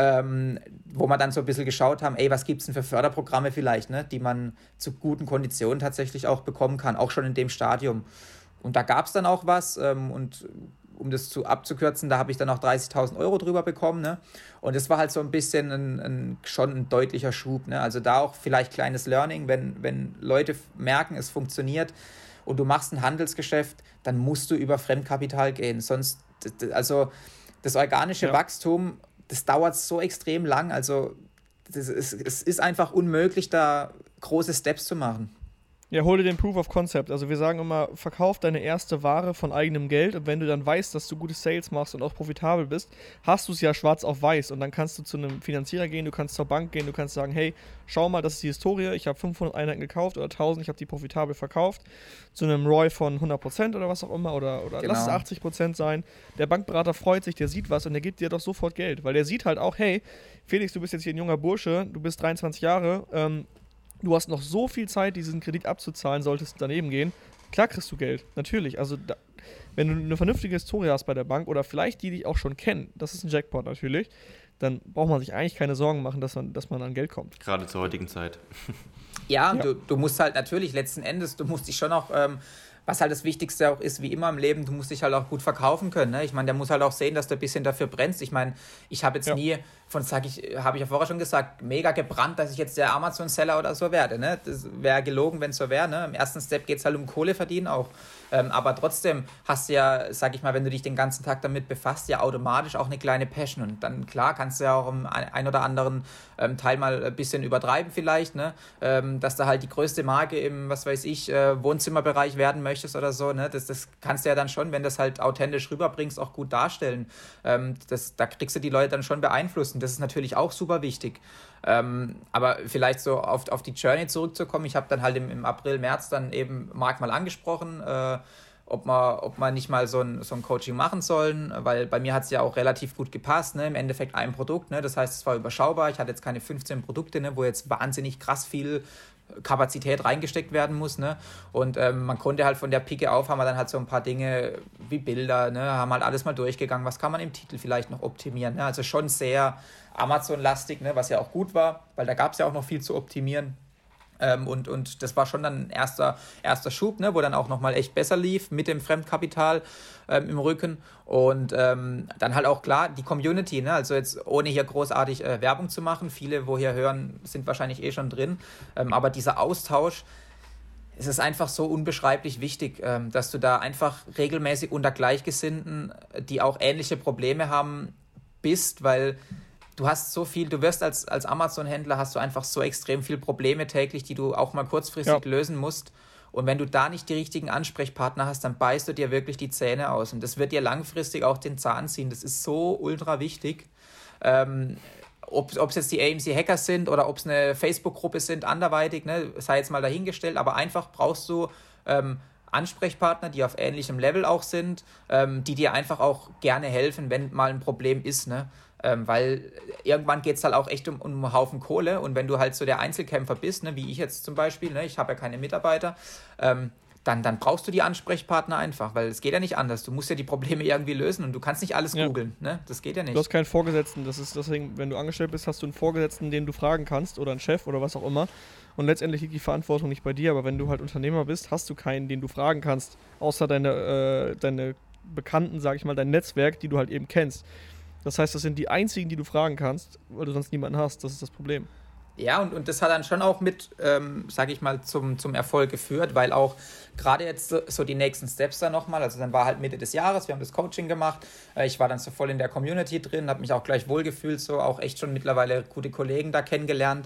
wo wir dann so ein bisschen geschaut haben, ey, was gibt es denn für Förderprogramme vielleicht, ne, die man zu guten Konditionen tatsächlich auch bekommen kann, auch schon in dem Stadium. Und da gab es dann auch was und um das abzukürzen, da habe ich dann auch 30.000 Euro drüber bekommen, ne? Und das war halt so ein bisschen schon ein deutlicher Schub, ne? Also da auch vielleicht kleines Learning, wenn Leute merken, es funktioniert und du machst ein Handelsgeschäft, dann musst du über Fremdkapital gehen, sonst, also das organische Wachstum, das dauert so extrem lang, also es ist einfach unmöglich, da große Steps zu machen. Ja, hol dir den Proof of Concept. Also wir sagen immer, verkauf deine erste Ware von eigenem Geld und wenn du dann weißt, dass du gute Sales machst und auch profitabel bist, hast du es ja schwarz auf weiß und dann kannst du zu einem Finanzierer gehen, du kannst zur Bank gehen, du kannst sagen, hey, schau mal, das ist die Historie, ich habe 500 Einheiten gekauft oder 1.000, ich habe die profitabel verkauft, zu einem ROI von 100% oder was auch immer oder genau. Lass es 80% sein. Der Bankberater freut sich, der sieht was und der gibt dir doch sofort Geld, weil der sieht halt auch, hey, Felix, du bist jetzt hier ein junger Bursche, du bist 23 Jahre, du hast noch so viel Zeit, diesen Kredit abzuzahlen, solltest du daneben gehen. Klar kriegst du Geld, natürlich. Also wenn du eine vernünftige Historie hast bei der Bank oder vielleicht die dich auch schon kennen, das ist ein Jackpot natürlich, dann braucht man sich eigentlich keine Sorgen machen, dass man an Geld kommt. Gerade zur heutigen Zeit. Ja. Du musst halt natürlich letzten Endes, du musst dich schon auch, was halt das Wichtigste auch ist, wie immer im Leben, du musst dich halt auch gut verkaufen können, ne? Ich meine, der muss halt auch sehen, dass du ein bisschen dafür brennst. Ich meine, ich habe jetzt nie habe ich ja vorher schon gesagt, mega gebrannt, dass ich jetzt der Amazon-Seller oder so werde, ne? Das wäre gelogen, wenn es so wäre, ne? Im ersten Step geht es halt um Kohle verdienen auch. Aber trotzdem hast du ja, sag ich mal, wenn du dich den ganzen Tag damit befasst, ja automatisch auch eine kleine Passion. Und dann, klar, kannst du ja auch im ein oder anderen Teil mal ein bisschen übertreiben vielleicht, ne? Dass du halt die größte Marke im, was weiß ich, Wohnzimmerbereich werden möchtest oder so, ne? Das kannst du ja dann schon, wenn du das halt authentisch rüberbringst, auch gut darstellen. Da kriegst du die Leute dann schon beeinflussen. Das ist natürlich auch super wichtig. Aber vielleicht so auf die Journey zurückzukommen, ich habe dann halt im April, März dann eben Marc mal angesprochen, ob wir nicht mal so ein Coaching machen sollen, weil bei mir hat es ja auch relativ gut gepasst, ne? Im Endeffekt ein Produkt, ne? Das heißt, es war überschaubar, ich hatte jetzt keine 15 Produkte, ne? Wo jetzt wahnsinnig krass viel Kapazität reingesteckt werden muss, ne? Und man konnte halt von der Pike auf, haben wir dann halt so ein paar Dinge wie Bilder, ne? Haben halt alles mal durchgegangen, was kann man im Titel vielleicht noch optimieren, ne? Also schon sehr Amazon-lastig, ne? Was ja auch gut war, weil da gab es ja auch noch viel zu optimieren. Und das war schon dann ein erster Schub, ne, wo dann auch nochmal echt besser lief mit dem Fremdkapital im Rücken. Und dann halt auch klar die Community, ne, also jetzt ohne hier großartig Werbung zu machen, viele, wo hier hören, sind wahrscheinlich schon drin, aber dieser Austausch, es ist einfach so unbeschreiblich wichtig, dass du da einfach regelmäßig unter Gleichgesinnten, die auch ähnliche Probleme haben, bist, weil du hast so viel, du wirst als Amazon-Händler hast du einfach so extrem viele Probleme täglich, die du auch mal kurzfristig lösen musst. Und wenn du da nicht die richtigen Ansprechpartner hast, dann beißt du dir wirklich die Zähne aus. Und das wird dir langfristig auch den Zahn ziehen. Das ist so ultra wichtig. Ob es jetzt die AMC Hackers sind oder ob es eine Facebook-Gruppe sind, anderweitig, ne, sei jetzt mal dahingestellt. Aber einfach brauchst du Ansprechpartner, die auf ähnlichem Level auch sind, die dir einfach auch gerne helfen, wenn mal ein Problem ist, ne? Weil irgendwann geht es halt auch echt um einen Haufen Kohle und wenn du halt so der Einzelkämpfer bist, ne, wie ich jetzt zum Beispiel, ne, ich habe ja keine Mitarbeiter, dann brauchst du die Ansprechpartner einfach, weil es geht ja nicht anders. Du musst ja die Probleme irgendwie lösen und du kannst nicht alles googeln, ne? Das geht ja nicht. Du hast keinen Vorgesetzten, das ist deswegen, wenn du angestellt bist, hast du einen Vorgesetzten, den du fragen kannst oder einen Chef oder was auch immer und letztendlich liegt die Verantwortung nicht bei dir, aber wenn du halt Unternehmer bist, hast du keinen, den du fragen kannst, außer deine Bekannten, sag ich mal, dein Netzwerk, die du halt eben kennst. Das heißt, das sind die einzigen, die du fragen kannst, weil du sonst niemanden hast. Das ist das Problem. Ja, und das hat dann schon auch mit, sage ich mal, zum Erfolg geführt, weil auch gerade jetzt so die nächsten Steps dann nochmal, also dann war halt Mitte des Jahres, wir haben das Coaching gemacht, ich war dann so voll in der Community drin, habe mich auch gleich wohlgefühlt, so auch echt schon mittlerweile gute Kollegen da kennengelernt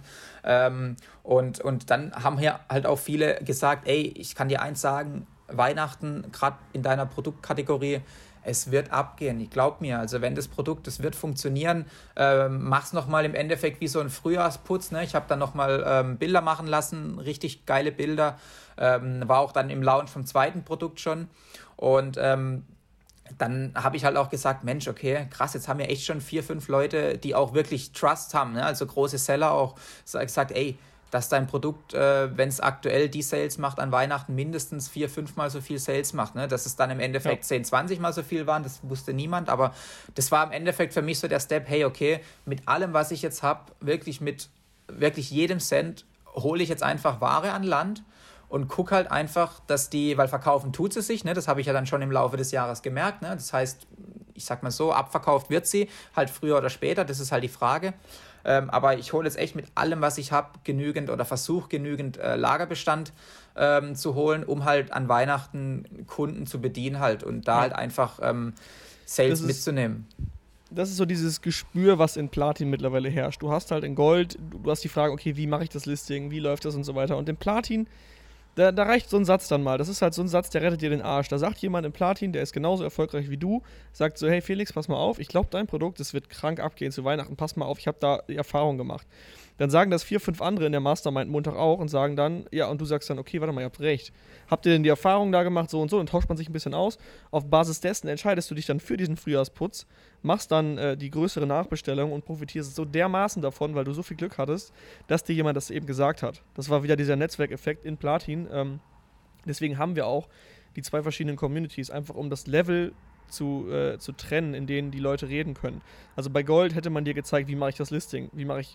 und dann haben hier halt auch viele gesagt, ey, ich kann dir eins sagen, Weihnachten, gerade in deiner Produktkategorie, es wird abgehen, ich glaube mir. Also wenn das Produkt, das wird funktionieren, mach's nochmal im Endeffekt wie so ein Frühjahrsputz. Ne? Ich habe dann nochmal Bilder machen lassen, richtig geile Bilder. War auch dann im Launch vom zweiten Produkt schon. Und dann habe ich halt auch gesagt, Mensch, okay, krass, jetzt haben wir echt schon 4, 5 Leute, die auch wirklich Trust haben, ne? Also große Seller auch gesagt, ey, dass dein Produkt, wenn es aktuell die Sales macht an Weihnachten, mindestens 4, 5 Mal so viel Sales macht. Ne? Dass es dann im Endeffekt 10, 20 Mal so viel waren, das wusste niemand. Aber das war im Endeffekt für mich so der Step, hey, okay, mit allem, was ich jetzt habe, wirklich mit wirklich jedem Cent, hole ich jetzt einfach Ware an Land und gucke halt einfach, dass weil verkaufen tut sie sich, ne? Das habe ich ja dann schon im Laufe des Jahres gemerkt. Ne? Das heißt, ich sag mal so, abverkauft wird sie, halt früher oder später, das ist halt die Frage. Aber ich hole jetzt echt mit allem, was ich habe, genügend oder versuche genügend Lagerbestand zu holen, um halt an Weihnachten Kunden zu bedienen halt und da halt einfach Sales mitzunehmen. Das ist so dieses Gespür, was in Platin mittlerweile herrscht. Du hast halt in Gold, du hast die Frage, okay, wie mache ich das Listing, wie läuft das und so weiter. Und in Platin, da reicht so ein Satz dann mal. Das ist halt so ein Satz, der rettet dir den Arsch. Da sagt jemand in Platin, der ist genauso erfolgreich wie du, sagt so, hey Felix, pass mal auf, ich glaube, dein Produkt, das wird krank abgehen zu Weihnachten, pass mal auf, ich habe da die Erfahrung gemacht. Dann sagen das 4, 5 andere in der Mastermind Montag auch und sagen dann, ja, und du sagst dann, okay, warte mal, ihr habt recht. Habt ihr denn die Erfahrung da gemacht, so und so, dann tauscht man sich ein bisschen aus. Auf Basis dessen entscheidest du dich dann für diesen Frühjahrsputz, machst dann die größere Nachbestellung und profitierst so dermaßen davon, weil du so viel Glück hattest, dass dir jemand das eben gesagt hat. Das war wieder dieser Netzwerkeffekt in Platin. Deswegen haben wir auch die 2 verschiedenen Communities, einfach um das Level zu trennen, in denen die Leute reden können. Also bei Gold hätte man dir gezeigt, wie mache ich das Listing,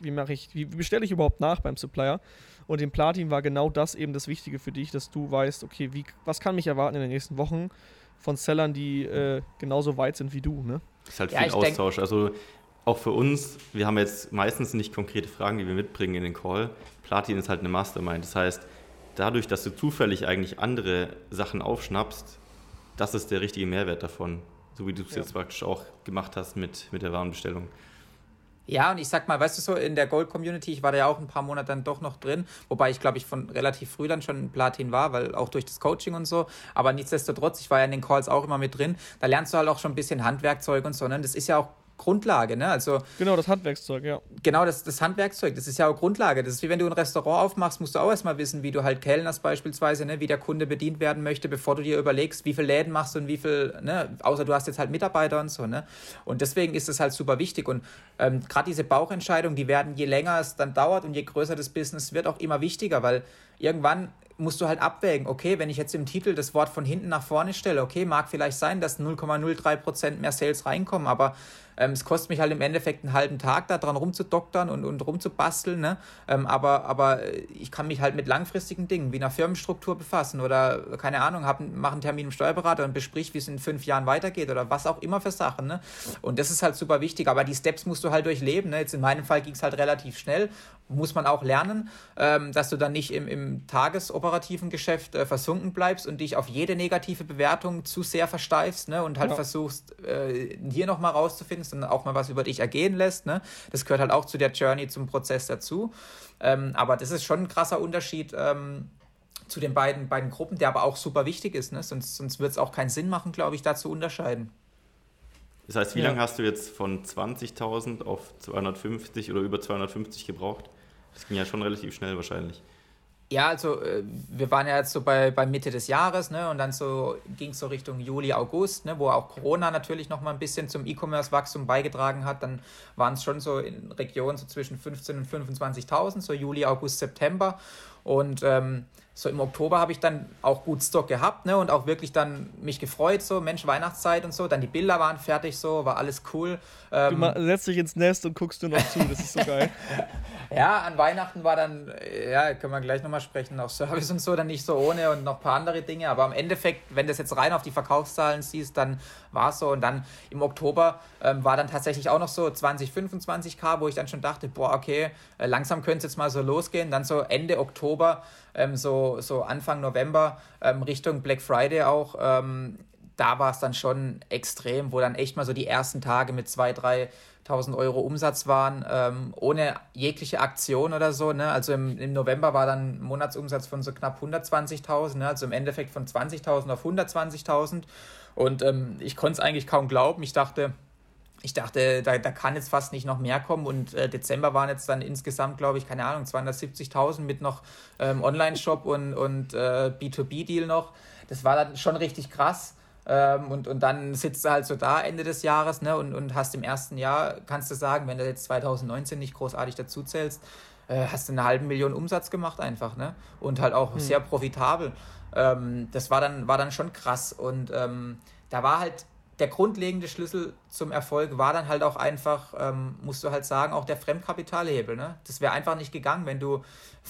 wie bestelle ich überhaupt nach beim Supplier. Und im Platin war genau das eben das Wichtige für dich, dass du weißt, okay, was kann mich erwarten in den nächsten Wochen von Sellern, die genauso weit sind wie du, ne? Das ist halt viel Austausch. Also auch für uns, wir haben jetzt meistens nicht konkrete Fragen, die wir mitbringen in den Call. Platin ist halt eine Mastermind. Das heißt, dadurch, dass du zufällig eigentlich andere Sachen aufschnappst, das ist der richtige Mehrwert davon, so wie du es jetzt praktisch auch gemacht hast mit der Warenbestellung. Ja, und ich sag mal, weißt du so, in der Gold-Community, ich war da ja auch ein paar Monate dann doch noch drin, wobei ich glaube, ich von relativ früh dann schon in Platin war, weil auch durch das Coaching und so, aber nichtsdestotrotz, ich war ja in den Calls auch immer mit drin, da lernst du halt auch schon ein bisschen Handwerkzeug und so, ne? Das ist ja auch Grundlage, ne? Also genau, das Handwerkszeug, ja. Genau, das Handwerkzeug, das ist ja auch Grundlage. Das ist wie wenn du ein Restaurant aufmachst, musst du auch erstmal wissen, wie du halt kellnerst beispielsweise, ne? Wie der Kunde bedient werden möchte, bevor du dir überlegst, wie viele Läden machst du und wie viel, ne? Außer du hast jetzt halt Mitarbeiter und so, ne? Und deswegen ist es halt super wichtig und gerade diese Bauchentscheidungen, die werden, je länger es dann dauert und je größer das Business wird, auch immer wichtiger, weil irgendwann musst du halt abwägen, okay, wenn ich jetzt im Titel das Wort von hinten nach vorne stelle, okay, mag vielleicht sein, dass 0,03% mehr Sales reinkommen, aber es kostet mich halt im Endeffekt einen halben Tag da dran rumzudoktern und rumzubasteln, ne? Aber ich kann mich halt mit langfristigen Dingen wie einer Firmenstruktur befassen oder, keine Ahnung, mache einen Termin im Steuerberater und besprich, wie es in 5 Jahren weitergeht oder was auch immer für Sachen, ne? Und das ist halt super wichtig, aber die Steps musst du halt durchleben, ne? Jetzt in meinem Fall ging es halt relativ schnell, muss man auch lernen, dass du dann nicht im tagesoperativen Geschäft versunken bleibst und dich auf jede negative Bewertung zu sehr versteifst, ne? Und halt versuchst, hier nochmal rauszufinden, sondern auch mal was über dich ergehen lässt, ne? Das gehört halt auch zu der Journey, zum Prozess dazu. Aber das ist schon ein krasser Unterschied zu den beiden Gruppen, der aber auch super wichtig ist, ne? Sonst wird es auch keinen Sinn machen, glaube ich, da zu unterscheiden. Das heißt, wie lange hast du jetzt von 20.000 auf 250 oder über 250 gebraucht? Das ging ja schon relativ schnell wahrscheinlich. Ja, also wir waren ja jetzt so bei Mitte des Jahres, ne, und dann ging es so Richtung Juli, August, ne, wo auch Corona natürlich noch mal ein bisschen zum E-Commerce-Wachstum beigetragen hat. Dann waren es schon so in Regionen so zwischen 15.000 und 25.000, so Juli, August, September. Und so im Oktober habe ich dann auch gut Stock gehabt, ne, und auch wirklich dann mich gefreut, so Mensch, Weihnachtszeit und so. Dann die Bilder waren fertig, so, war alles cool. Du setzt dich ins Nest und guckst nur noch zu, das ist so geil. Ja, an Weihnachten war dann, ja, können wir gleich nochmal sprechen, auch Service und so, dann nicht so ohne und noch ein paar andere Dinge. Aber im Endeffekt, wenn du das jetzt rein auf die Verkaufszahlen siehst, dann war es so. Und dann im Oktober war dann tatsächlich auch noch so 25K, wo ich dann schon dachte, boah, okay, langsam könnte es jetzt mal so losgehen. Dann so Ende Oktober, so Anfang November, Richtung Black Friday auch, da war es dann schon extrem, wo dann echt mal so die ersten Tage mit 2.000, 3.000 Euro Umsatz waren, ohne jegliche Aktion oder so, ne? Also im November war dann ein Monatsumsatz von so knapp 120.000, ne? Also im Endeffekt von 20.000 auf 120.000 und ich konnte es eigentlich kaum glauben. Ich dachte, da kann jetzt fast nicht noch mehr kommen und Dezember waren jetzt dann insgesamt, glaube ich, keine Ahnung, 270.000 mit noch Online-Shop und B2B-Deal noch. Das war dann schon richtig krass. Und dann sitzt du halt so da Ende des Jahres, ne, und hast im ersten Jahr, kannst du sagen, wenn du jetzt 2019 nicht großartig dazu zählst, hast du 500.000 Umsatz gemacht einfach, ne, und halt auch sehr profitabel. Das war dann schon krass und da war halt der grundlegende Schlüssel zum Erfolg war dann halt auch einfach, musst du halt sagen, auch der Fremdkapitalhebel, ne, das wäre einfach nicht gegangen, wenn du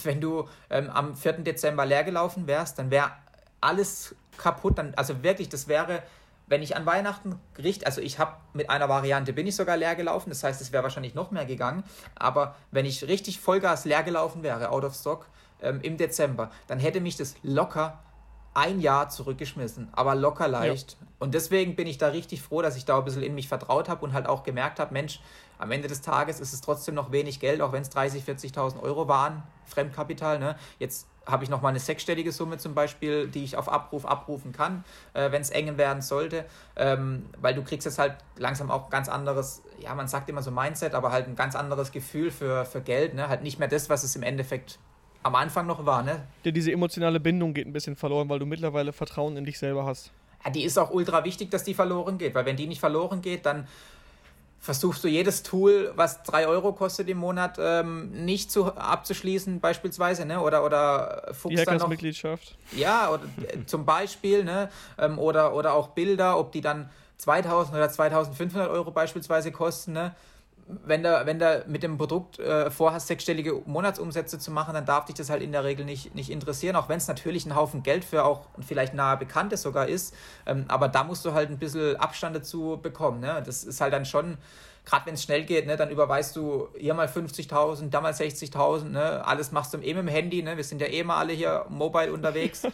am 4. Dezember leer gelaufen wärst, dann wäre alles kaputt, dann, also wirklich, das wäre, wenn ich an Weihnachten also ich habe mit einer Variante bin ich sogar leer gelaufen, das heißt, es wäre wahrscheinlich noch mehr gegangen, aber wenn ich richtig Vollgas leer gelaufen wäre, out of stock, im Dezember, dann hätte mich das locker ein Jahr zurückgeschmissen, aber locker leicht. Ja. Und deswegen bin ich da richtig froh, dass ich da ein bisschen in mich vertraut habe und halt auch gemerkt habe, Mensch, am Ende des Tages ist es trotzdem noch wenig Geld, auch wenn es 30.000, 40.000 Euro waren, Fremdkapital, ne? Jetzt habe ich nochmal eine sechsstellige Summe zum Beispiel, die ich auf Abruf abrufen kann, wenn es eng werden sollte, weil du kriegst jetzt halt langsam auch ganz anderes, ja, man sagt immer so Mindset, aber halt ein ganz anderes Gefühl für Geld, ne? Halt nicht mehr das, was es im Endeffekt am Anfang noch war, ne? Ja, diese emotionale Bindung geht ein bisschen verloren, weil du mittlerweile Vertrauen in dich selber hast. Ja, die ist auch ultra wichtig, dass die verloren geht, weil wenn die nicht verloren geht, dann versuchst du jedes Tool, was 3 Euro kostet im Monat, nicht abzuschließen beispielsweise, ne? Oder fuchst die dann noch... Mitgliedschaft. Ja, oder, zum Beispiel, ne? Oder auch Bilder, ob die dann 2.000 oder 2.500 Euro beispielsweise kosten, ne? Wenn du mit dem Produkt vorhast, sechsstellige Monatsumsätze zu machen, dann darf dich das halt in der Regel nicht interessieren, auch wenn es natürlich ein Haufen Geld für auch vielleicht nahe Bekannte sogar ist, aber da musst du halt ein bisschen Abstand dazu bekommen, ne? Das ist halt dann schon, gerade wenn es schnell geht, ne, dann überweist du hier mal 50.000, da mal 60.000, ne, alles machst du mit dem Handy, ne, wir sind ja mal alle hier mobile unterwegs,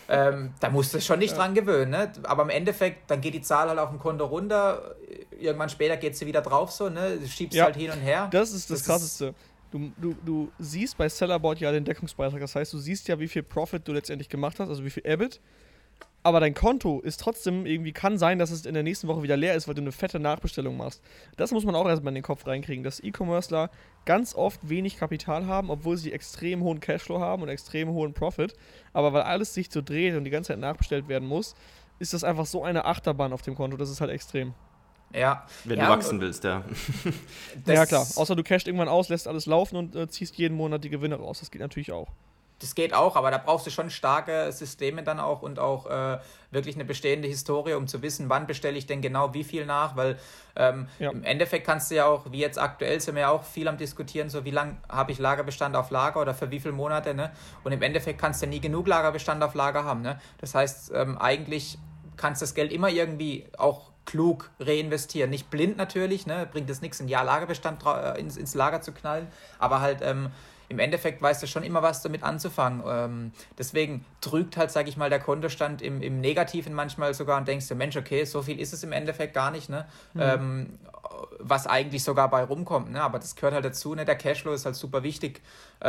da musst du schon nicht dran gewöhnen, ne, aber im Endeffekt, dann geht die Zahl halt auf dem Konto runter, irgendwann später geht sie wieder drauf, so, ne, du schiebst halt hin und her. Das ist das Krasseste. Du siehst bei Sellerboard ja den Deckungsbeitrag, das heißt, du siehst ja, wie viel Profit du letztendlich gemacht hast, also wie viel EBIT, aber dein Konto ist trotzdem irgendwie, kann sein, dass es in der nächsten Woche wieder leer ist, weil du eine fette Nachbestellung machst. Das muss man auch erstmal in den Kopf reinkriegen, dass E-Commercer ganz oft wenig Kapital haben, obwohl sie extrem hohen Cashflow haben und extrem hohen Profit, aber weil alles sich so dreht und die ganze Zeit nachbestellt werden muss, ist das einfach so eine Achterbahn auf dem Konto, das ist halt extrem. Ja. Wenn du wachsen willst, ja. Ja, klar. Außer du cashst irgendwann aus, lässt alles laufen und ziehst jeden Monat die Gewinne raus. Das geht natürlich auch. das geht auch, aber da brauchst du schon starke Systeme dann auch und auch wirklich eine bestehende Historie, um zu wissen, wann bestelle ich denn genau wie viel nach, weil im Endeffekt kannst du ja auch, wie jetzt aktuell sind wir ja auch viel am Diskutieren, so wie lange habe ich Lagerbestand auf Lager oder für wie viele Monate, ne? Und im Endeffekt kannst du nie genug Lagerbestand auf Lager haben, ne? Das heißt, eigentlich kannst du das Geld immer irgendwie auch klug reinvestieren. Nicht blind natürlich, ne? Bringt es nichts, ein Jahr Lagerbestand ins Lager zu knallen, aber halt im Endeffekt weißt du schon immer was damit anzufangen. Deswegen trügt halt, sage ich mal, der Kontostand im Negativen manchmal sogar und denkst du, Mensch, okay, so viel ist es im Endeffekt gar nicht, ne? Was eigentlich sogar bei rumkommt, ne? Aber das gehört halt dazu, ne? Der Cashflow ist halt super wichtig,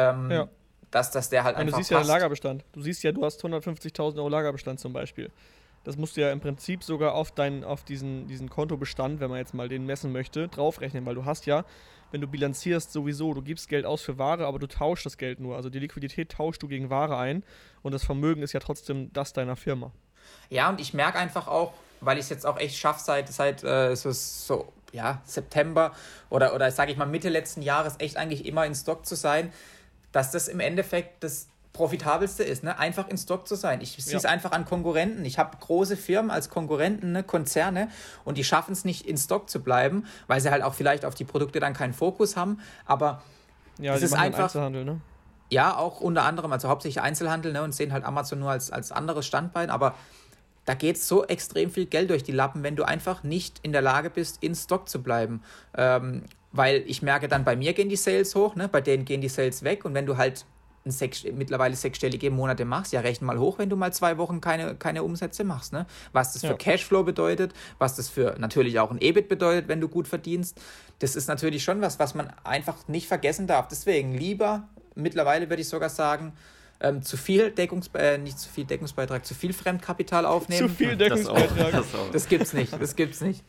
dass der halt einfach Du siehst ja den Lagerbestand. Du siehst ja, du hast 150.000 Euro Lagerbestand zum Beispiel. Das musst du ja im Prinzip sogar auf diesen Kontobestand, wenn man jetzt mal den messen möchte, draufrechnen, weil du hast ja, wenn du bilanzierst sowieso, du gibst Geld aus für Ware, aber du tauschst das Geld nur. Also die Liquidität tauschst du gegen Ware ein und das Vermögen ist ja trotzdem das deiner Firma. Ja, und ich merke einfach auch, weil ich es jetzt auch echt schaffe, seit September oder sage ich mal Mitte letzten Jahres echt eigentlich immer in Stock zu sein, dass das im Endeffekt das profitabelste ist, ne? Einfach in Stock zu sein. Ich sehe es einfach an Konkurrenten. Ich habe große Firmen als Konkurrenten, ne? Konzerne, und die schaffen es nicht, in Stock zu bleiben, weil sie halt auch vielleicht auf die Produkte dann keinen Fokus haben. Aber es ist einfach Einzelhandel, ne? Ja, auch unter anderem, also hauptsächlich Einzelhandel, ne? Und sehen halt Amazon nur als anderes Standbein. Aber da geht so extrem viel Geld durch die Lappen, wenn du einfach nicht in der Lage bist, in Stock zu bleiben. Weil ich merke dann, bei mir gehen die Sales hoch, ne? Bei denen gehen die Sales weg. Und wenn du halt mittlerweile sechsstellige Monate machst, ja, rechne mal hoch, wenn du mal 2 Wochen keine Umsätze machst, ne? Was das für Cashflow bedeutet, was das für natürlich auch ein EBIT bedeutet, wenn du gut verdienst. Das ist natürlich schon was man einfach nicht vergessen darf. Deswegen lieber, mittlerweile würde ich sogar sagen, zu viel Deckungsbeitrag, zu viel Fremdkapital aufnehmen. Zu viel Deckungsbeitrag. Das gibt's nicht.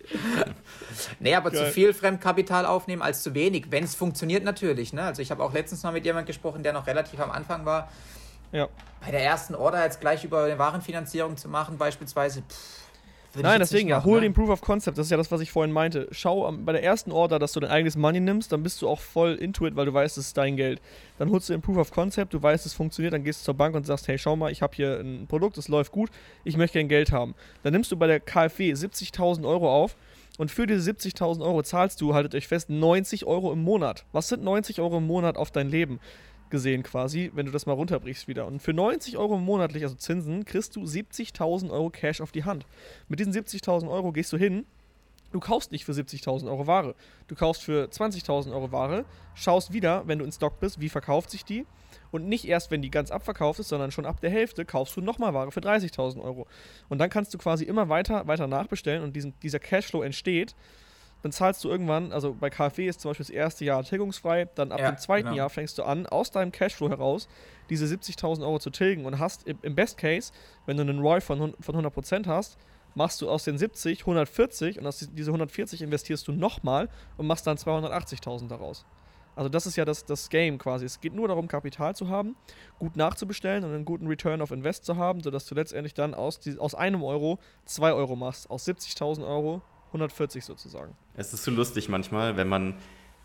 Nee, aber geil. Zu viel Fremdkapital aufnehmen als zu wenig, wenn es funktioniert natürlich. Ne? Also ich habe auch letztens mal mit jemandem gesprochen, der noch relativ am Anfang war. Ja. Bei der ersten Order jetzt gleich über eine Warenfinanzierung zu machen beispielsweise, nein, deswegen hol den Proof of Concept, das ist ja das, was ich vorhin meinte. Schau bei der ersten Order, dass du dein eigenes Money nimmst, dann bist du auch voll into it, weil du weißt, es ist dein Geld. Dann holst du den Proof of Concept, du weißt, es funktioniert, dann gehst du zur Bank und sagst, hey, schau mal, ich habe hier ein Produkt, es läuft gut, ich möchte gerne Geld haben. Dann nimmst du bei der KfW 70.000 Euro auf und für diese 70.000 Euro zahlst du, haltet euch fest, 90 Euro im Monat. Was sind 90 Euro im Monat auf dein Leben gesehen quasi, wenn du das mal runterbrichst wieder. Und für 90 Euro monatlich, also Zinsen, kriegst du 70.000 Euro Cash auf die Hand. Mit diesen 70.000 Euro gehst du hin, du kaufst nicht für 70.000 Euro Ware. Du kaufst für 20.000 Euro Ware, schaust wieder, wenn du in Stock bist, wie verkauft sich die. Und nicht erst, wenn die ganz abverkauft ist, sondern schon ab der Hälfte kaufst du nochmal Ware für 30.000 Euro. Und dann kannst du quasi immer weiter nachbestellen und dieser Cashflow entsteht. Dann zahlst du irgendwann, also bei KfW ist zum Beispiel das erste Jahr tilgungsfrei, dann ab dem zweiten Jahr fängst du an, aus deinem Cashflow heraus diese 70.000 Euro zu tilgen und hast im Best Case, wenn du einen ROI von 100% hast, machst du aus den 70 140 und aus diese 140 investierst du nochmal und machst dann 280.000 daraus. Also das ist ja das Game quasi. Es geht nur darum, Kapital zu haben, gut nachzubestellen und einen guten Return of Invest zu haben, sodass du letztendlich dann aus einem Euro 2 Euro machst, aus 70.000 Euro 140 sozusagen. Es ist so lustig manchmal, wenn man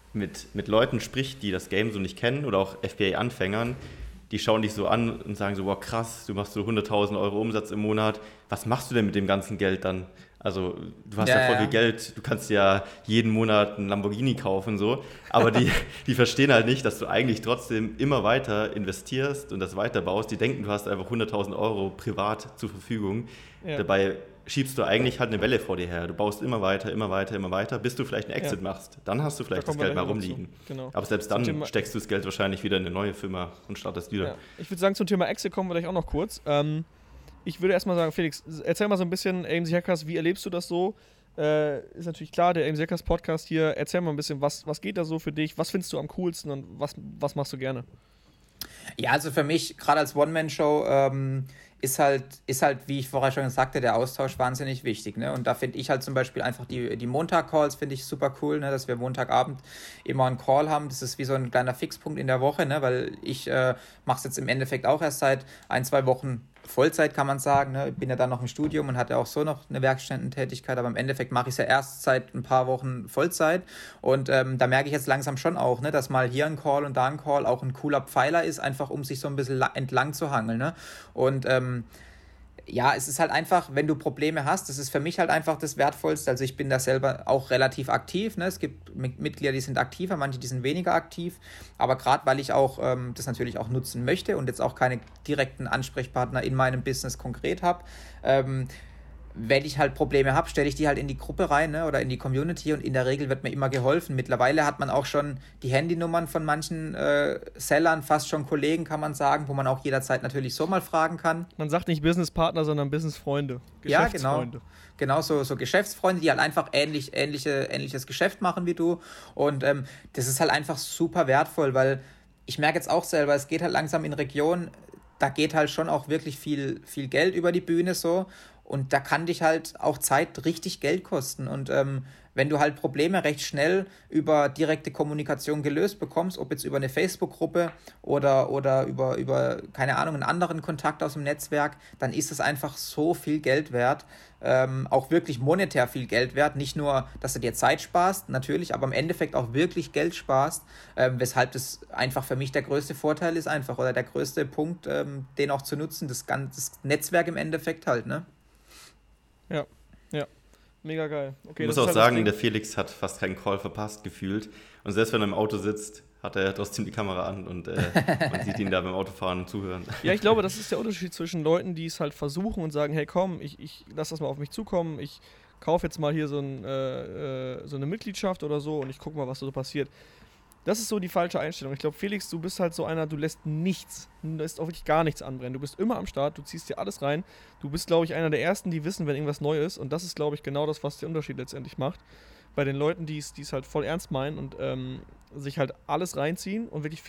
mit Leuten spricht, die das Game so nicht kennen oder auch FBA-Anfängern, die schauen dich so an und sagen so, wow, krass, du machst so 100.000 Euro Umsatz im Monat, was machst du denn mit dem ganzen Geld dann? Also du hast ja voll viel Geld, du kannst ja jeden Monat einen Lamborghini kaufen, so, aber die verstehen halt nicht, dass du eigentlich trotzdem immer weiter investierst und das weiterbaust. Die denken, du hast einfach 100.000 Euro privat zur Verfügung. Ja. Dabei schiebst du eigentlich halt eine Welle vor dir her. Du baust immer weiter, bis du vielleicht einen Exit machst. Dann hast du vielleicht das Geld mal rumliegen. Genau. Aber selbst dann steckst du das Geld wahrscheinlich wieder in eine neue Firma und startest wieder. Ja. Ich würde sagen, zum Thema Exit kommen wir gleich auch noch kurz. Ich würde erstmal sagen, Felix, erzähl mal so ein bisschen AMZ Hackers, wie erlebst du das so? Ist natürlich klar, der AMZ Hackers Podcast hier. Erzähl mal ein bisschen, was geht da so für dich? Was findest du am coolsten und was machst du gerne? Ja, also für mich, gerade als One-Man-Show, ist halt, wie ich vorher schon sagte, der Austausch wahnsinnig wichtig. Ne? Und da finde ich halt zum Beispiel einfach die Montag-Calls finde ich super cool, ne? Dass wir Montagabend immer einen Call haben. Das ist wie so ein kleiner Fixpunkt in der Woche, ne? Weil ich mache es jetzt im Endeffekt auch erst seit 1-2 Wochen Vollzeit, kann man sagen. Ne? Ich bin ja dann noch im Studium und hatte auch so noch eine Werkstudententätigkeit, aber im Endeffekt mache ich es ja erst seit ein paar Wochen Vollzeit. Und da merke ich jetzt langsam schon auch, ne, dass mal hier ein Call und da ein Call auch ein cooler Pfeiler ist, einfach um sich so ein bisschen entlang zu hangeln. Ne? Und ja, es ist halt einfach, wenn du Probleme hast, das ist für mich halt einfach das Wertvollste. Also ich bin da selber auch relativ aktiv. Ne? Es gibt Mitglieder, die sind aktiver, manche, die sind weniger aktiv. Aber gerade, weil ich auch das natürlich auch nutzen möchte und jetzt auch keine direkten Ansprechpartner in meinem Business konkret habe, wenn ich halt Probleme habe, stelle ich die halt in die Gruppe rein, ne, oder in die Community, und in der Regel wird mir immer geholfen. Mittlerweile hat man auch schon die Handynummern von manchen Sellern, fast schon Kollegen, kann man sagen, wo man auch jederzeit natürlich so mal fragen kann. Man sagt nicht Businesspartner, sondern Businessfreunde, Geschäftsfreunde. Ja, genau so Geschäftsfreunde, die halt einfach ähnliches Geschäft machen wie du, und das ist halt einfach super wertvoll, weil ich merke jetzt auch selber, es geht halt langsam in Regionen, da geht halt schon auch wirklich viel Geld über die Bühne so. Und da kann dich halt auch Zeit richtig Geld kosten. Und wenn du halt Probleme recht schnell über direkte Kommunikation gelöst bekommst, ob jetzt über eine Facebook-Gruppe oder über, keine Ahnung, einen anderen Kontakt aus dem Netzwerk, dann ist es einfach so viel Geld wert. Auch wirklich monetär viel Geld wert. Nicht nur, dass du dir Zeit sparst, natürlich, aber im Endeffekt auch wirklich Geld sparst. Weshalb das einfach für mich der größte Vorteil ist einfach, oder der größte Punkt, den auch zu nutzen, das Netzwerk im Endeffekt halt, ne? Ja, mega geil. Okay, ich muss auch halt sagen, der Felix hat fast keinen Call verpasst gefühlt. Und selbst wenn er im Auto sitzt, hat er trotzdem die Kamera an und man sieht ihn da beim Autofahren und zuhören. Ja, ich glaube, das ist der Unterschied zwischen Leuten, die es halt versuchen und sagen, hey komm, ich lass das mal auf mich zukommen, ich kaufe jetzt mal hier so eine Mitgliedschaft oder so und ich gucke mal, was so passiert. Das ist so die falsche Einstellung. Ich glaube, Felix, du bist halt so einer, du lässt auch wirklich gar nichts anbrennen. Du bist immer am Start, du ziehst dir alles rein. Du bist, glaube ich, einer der Ersten, die wissen, wenn irgendwas neu ist. Und das ist, glaube ich, genau das, was den Unterschied letztendlich macht. Bei den Leuten, die es halt voll ernst meinen und sich halt alles reinziehen und wirklich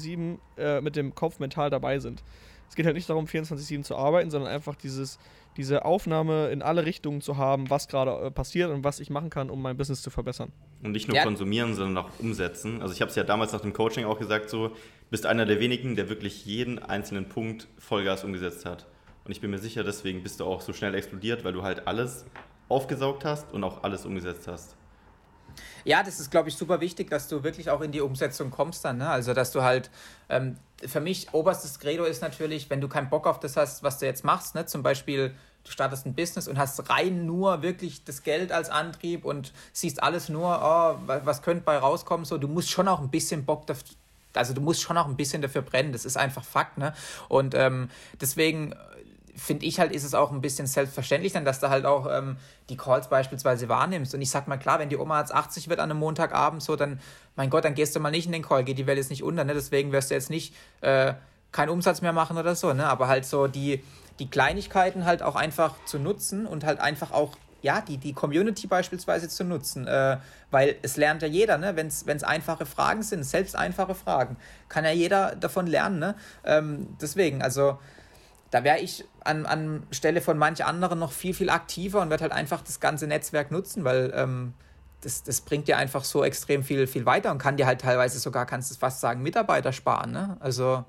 24/7 mit dem Kopf mental dabei sind. Es geht halt nicht darum, 24/7 zu arbeiten, sondern einfach diese Aufnahme in alle Richtungen zu haben, was gerade passiert und was ich machen kann, um mein Business zu verbessern. Und nicht nur konsumieren, sondern auch umsetzen. Also ich habe es ja damals nach dem Coaching auch gesagt, so, du bist einer der wenigen, der wirklich jeden einzelnen Punkt Vollgas umgesetzt hat. Und ich bin mir sicher, deswegen bist du auch so schnell explodiert, weil du halt alles aufgesaugt hast und auch alles umgesetzt hast. Ja, das ist, glaube ich, super wichtig, dass du wirklich auch in die Umsetzung kommst dann, ne? Also, dass du halt, für mich, oberstes Credo ist natürlich, wenn du keinen Bock auf das hast, was du jetzt machst, ne? Zum Beispiel, du startest ein Business und hast rein nur wirklich das Geld als Antrieb und siehst alles nur, oh, was könnte bei rauskommen, so, du musst schon auch ein bisschen Bock dafür, also du musst schon auch ein bisschen dafür brennen, das ist einfach Fakt, ne? Und deswegen finde ich halt, ist es auch ein bisschen selbstverständlich dann, dass du halt auch die Calls beispielsweise wahrnimmst. Und ich sag mal, klar, wenn die Oma jetzt 80 wird an einem Montagabend, so, dann, mein Gott, dann gehst du mal nicht in den Call, geht die Welt jetzt nicht unter, ne? Deswegen wirst du jetzt nicht keinen Umsatz mehr machen oder so, ne? Aber halt so die Kleinigkeiten halt auch einfach zu nutzen und halt einfach auch, ja, die Community beispielsweise zu nutzen, weil es lernt ja jeder, ne? Wenn es einfache Fragen sind, selbst einfache Fragen, kann ja jeder davon lernen, ne? Deswegen, also da wäre ich an Stelle von manch anderen noch viel aktiver und werde halt einfach das ganze Netzwerk nutzen, weil das bringt dir einfach so extrem viel weiter und kann dir halt teilweise sogar, kannst du fast sagen, Mitarbeiter sparen, ne? Also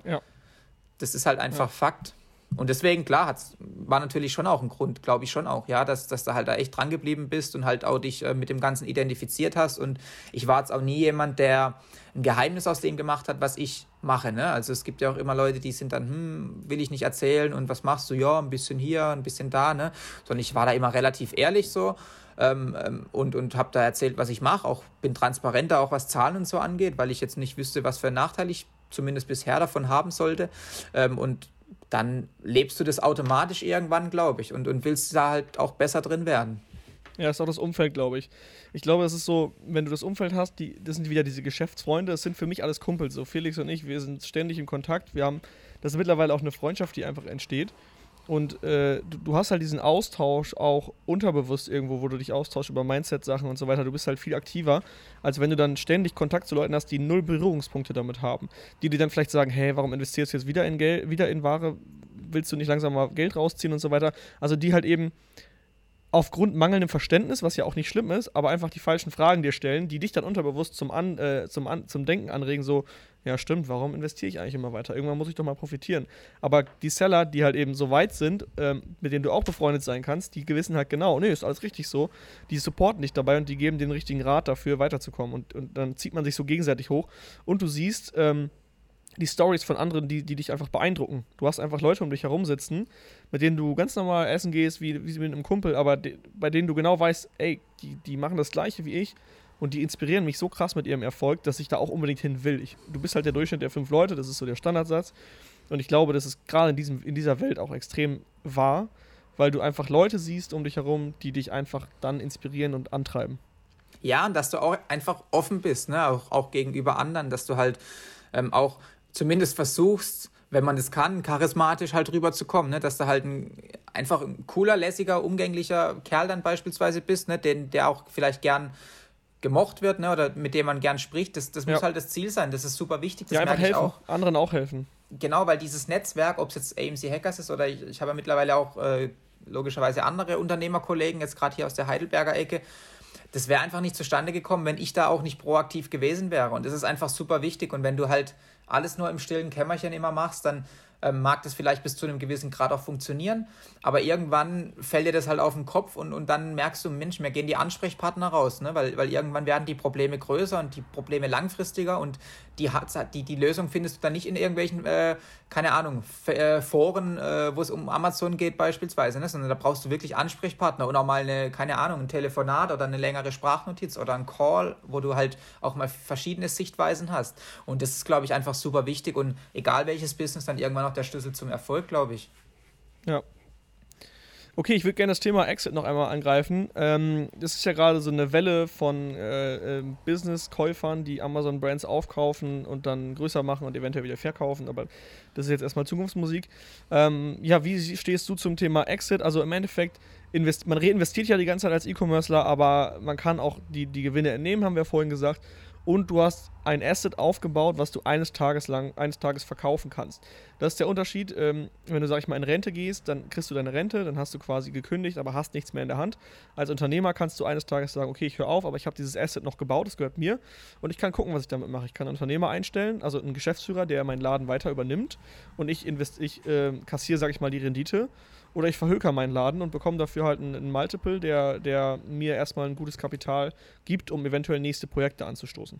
das ist halt einfach Fakt. Und deswegen, klar, war natürlich schon auch ein Grund, glaube ich schon auch, ja, dass du halt da echt dran geblieben bist und halt auch dich mit dem Ganzen identifiziert hast. Und ich war jetzt auch nie jemand, der ein Geheimnis aus dem gemacht hat, was ich mache, ne? Also es gibt ja auch immer Leute, die sind dann, will ich nicht erzählen und was machst du? Ja, ein bisschen hier, ein bisschen da, ne? Sondern ich war da immer relativ ehrlich so und habe da erzählt, was ich mache. Auch bin transparenter, auch was Zahlen und so angeht, weil ich jetzt nicht wüsste, was für einen Nachteil ich zumindest bisher davon haben sollte. Und dann lebst du das automatisch irgendwann, glaube ich, und willst da halt auch besser drin werden. Ja, ist auch das Umfeld, glaube ich. Ich glaube, es ist so, wenn du das Umfeld hast, das sind wieder diese Geschäftsfreunde, das sind für mich alles Kumpels, so Felix und ich, wir sind ständig in Kontakt, das ist mittlerweile auch eine Freundschaft, die einfach entsteht. Und du hast halt diesen Austausch auch unterbewusst irgendwo, wo du dich austauschst über Mindset-Sachen und so weiter. Du bist halt viel aktiver, als wenn du dann ständig Kontakt zu Leuten hast, die 0 Berührungspunkte damit haben. Die dir dann vielleicht sagen, hey, warum investierst du jetzt wieder in Geld, wieder in Ware? Willst du nicht langsam mal Geld rausziehen und so weiter? Also die halt eben aufgrund mangelndem Verständnis, was ja auch nicht schlimm ist, aber einfach die falschen Fragen dir stellen, die dich dann unterbewusst zum Denken anregen, so, ja stimmt, warum investiere ich eigentlich immer weiter? Irgendwann muss ich doch mal profitieren. Aber die Seller, die halt eben so weit sind, mit denen du auch befreundet sein kannst, die wissen halt genau, nee, ist alles richtig so, die supporten dich dabei und die geben den richtigen Rat dafür, weiterzukommen. Und dann zieht man sich so gegenseitig hoch und du siehst, die Stories von anderen, die dich einfach beeindrucken. Du hast einfach Leute um dich herum sitzen, mit denen du ganz normal essen gehst, wie mit einem Kumpel, aber bei denen du genau weißt, ey, die machen das Gleiche wie ich und die inspirieren mich so krass mit ihrem Erfolg, dass ich da auch unbedingt hin will. Du bist halt der Durchschnitt der 5 Leute, das ist so der Standardsatz. Und ich glaube, das ist gerade in dieser Welt auch extrem wahr, weil du einfach Leute siehst um dich herum, die dich einfach dann inspirieren und antreiben. Ja, und dass du auch einfach offen bist, ne? Auch gegenüber anderen, dass du halt auch zumindest versuchst, wenn man es kann, charismatisch halt rüberzukommen, ne? Dass du halt einfach ein cooler, lässiger, umgänglicher Kerl dann beispielsweise bist, ne? Der auch vielleicht gern gemocht wird, ne? Oder mit dem man gern spricht. Das muss halt das Ziel sein. Das ist super wichtig. Das ja, einfach merke ich helfen, auch. Anderen auch helfen. Genau, weil dieses Netzwerk, ob es jetzt AMC Hackers ist oder ich habe ja mittlerweile auch logischerweise andere Unternehmerkollegen, jetzt gerade hier aus der Heidelberger Ecke, das wäre einfach nicht zustande gekommen, wenn ich da auch nicht proaktiv gewesen wäre. Und das ist einfach super wichtig. Und wenn du halt alles nur im stillen Kämmerchen immer machst, dann mag das vielleicht bis zu einem gewissen Grad auch funktionieren. Aber irgendwann fällt dir das halt auf den Kopf und dann merkst du, Mensch, mir gehen die Ansprechpartner raus, ne? Weil irgendwann werden die Probleme größer und die Probleme langfristiger und die Lösung findest du dann nicht in irgendwelchen, keine Ahnung, Foren, wo es um Amazon geht beispielsweise, ne? Sondern da brauchst du wirklich Ansprechpartner und auch mal ein Telefonat oder eine längere Sprachnotiz oder ein Call, wo du halt auch mal verschiedene Sichtweisen hast. Und das ist, glaube ich, einfach super wichtig und egal welches Business, dann irgendwann auch der Schlüssel zum Erfolg, glaube ich. Ja. Okay, ich würde gerne das Thema Exit noch einmal angreifen. Das ist ja gerade so eine Welle von Business-Käufern, die Amazon-Brands aufkaufen und dann größer machen und eventuell wieder verkaufen, aber das ist jetzt erstmal Zukunftsmusik. Wie stehst du zum Thema Exit? Also im Endeffekt, man reinvestiert ja die ganze Zeit als E-Commercer, aber man kann auch die Gewinne entnehmen, haben wir vorhin gesagt. Und du hast ein Asset aufgebaut, was du eines Tages verkaufen kannst. Das ist der Unterschied. Wenn du, sag ich mal, in Rente gehst, dann kriegst du deine Rente, dann hast du quasi gekündigt, aber hast nichts mehr in der Hand. Als Unternehmer kannst du eines Tages sagen, okay, ich höre auf, aber ich habe dieses Asset noch gebaut, das gehört mir und ich kann gucken, was ich damit mache. Ich kann einen Unternehmer einstellen, also einen Geschäftsführer, der meinen Laden weiter übernimmt und ich kassiere, sag ich mal, die Rendite. Oder ich verhöker meinen Laden und bekomme dafür halt einen Multiple, der mir erstmal ein gutes Kapital gibt, um eventuell nächste Projekte anzustoßen.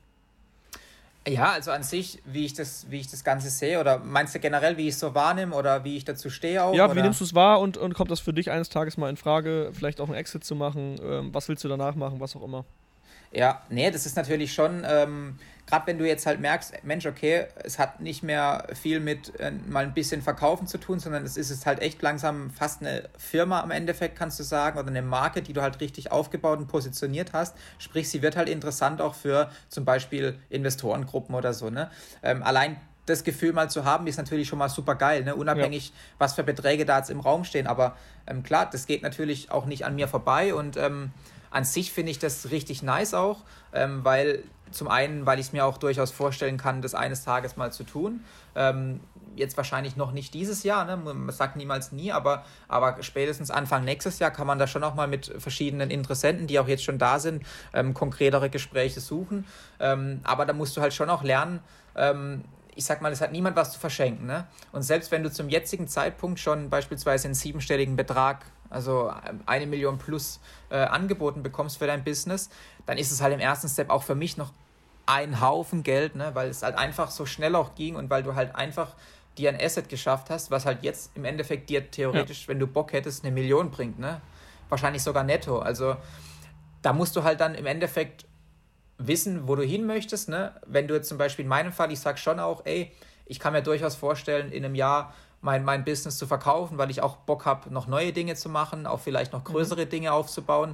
Ja, also an sich, wie ich das Ganze sehe, oder meinst du generell, wie ich es so wahrnehme oder wie ich dazu stehe auch? Ja, oder? Wie nimmst du es wahr und kommt das für dich eines Tages mal in Frage, vielleicht auch einen Exit zu machen? Was willst du danach machen, was auch immer? Ja, nee, das ist natürlich schon, gerade wenn du jetzt halt merkst, Mensch, okay, es hat nicht mehr viel mit mal ein bisschen Verkaufen zu tun, sondern es ist halt echt langsam fast eine Firma am Endeffekt, kannst du sagen, oder eine Marke, die du halt richtig aufgebaut und positioniert hast. Sprich, sie wird halt interessant auch für zum Beispiel Investorengruppen oder so, ne? Allein das Gefühl mal zu haben, ist natürlich schon mal super geil, ne? Unabhängig, was für Beträge da jetzt im Raum stehen. Aber klar, das geht natürlich auch nicht an mir vorbei und an sich finde ich das richtig nice auch, weil zum einen, weil ich es mir auch durchaus vorstellen kann, das eines Tages mal zu tun. Jetzt wahrscheinlich noch nicht dieses Jahr, ne? Man sagt niemals nie, aber spätestens Anfang nächstes Jahr kann man da schon auch mal mit verschiedenen Interessenten, die auch jetzt schon da sind, konkretere Gespräche suchen. Aber da musst du halt schon auch lernen, ich sag mal, es hat niemand was zu verschenken, ne? Und selbst wenn du zum jetzigen Zeitpunkt schon beispielsweise einen 7-stelligen Betrag, also 1 Million plus angeboten bekommst für dein Business, dann ist es halt im ersten Step auch für mich noch ein Haufen Geld, ne? Weil es halt einfach so schnell auch ging und weil du halt einfach dir ein Asset geschafft hast, was halt jetzt im Endeffekt dir theoretisch, wenn du Bock hättest, 1 Million bringt, ne? Wahrscheinlich sogar netto. Also da musst du halt dann im Endeffekt wissen, wo du hin möchtest, ne? Wenn du jetzt zum Beispiel in meinem Fall, ich sag schon auch, ey, ich kann mir durchaus vorstellen, in einem Jahr mein Business zu verkaufen, weil ich auch Bock habe, noch neue Dinge zu machen, auch vielleicht noch größere Dinge aufzubauen.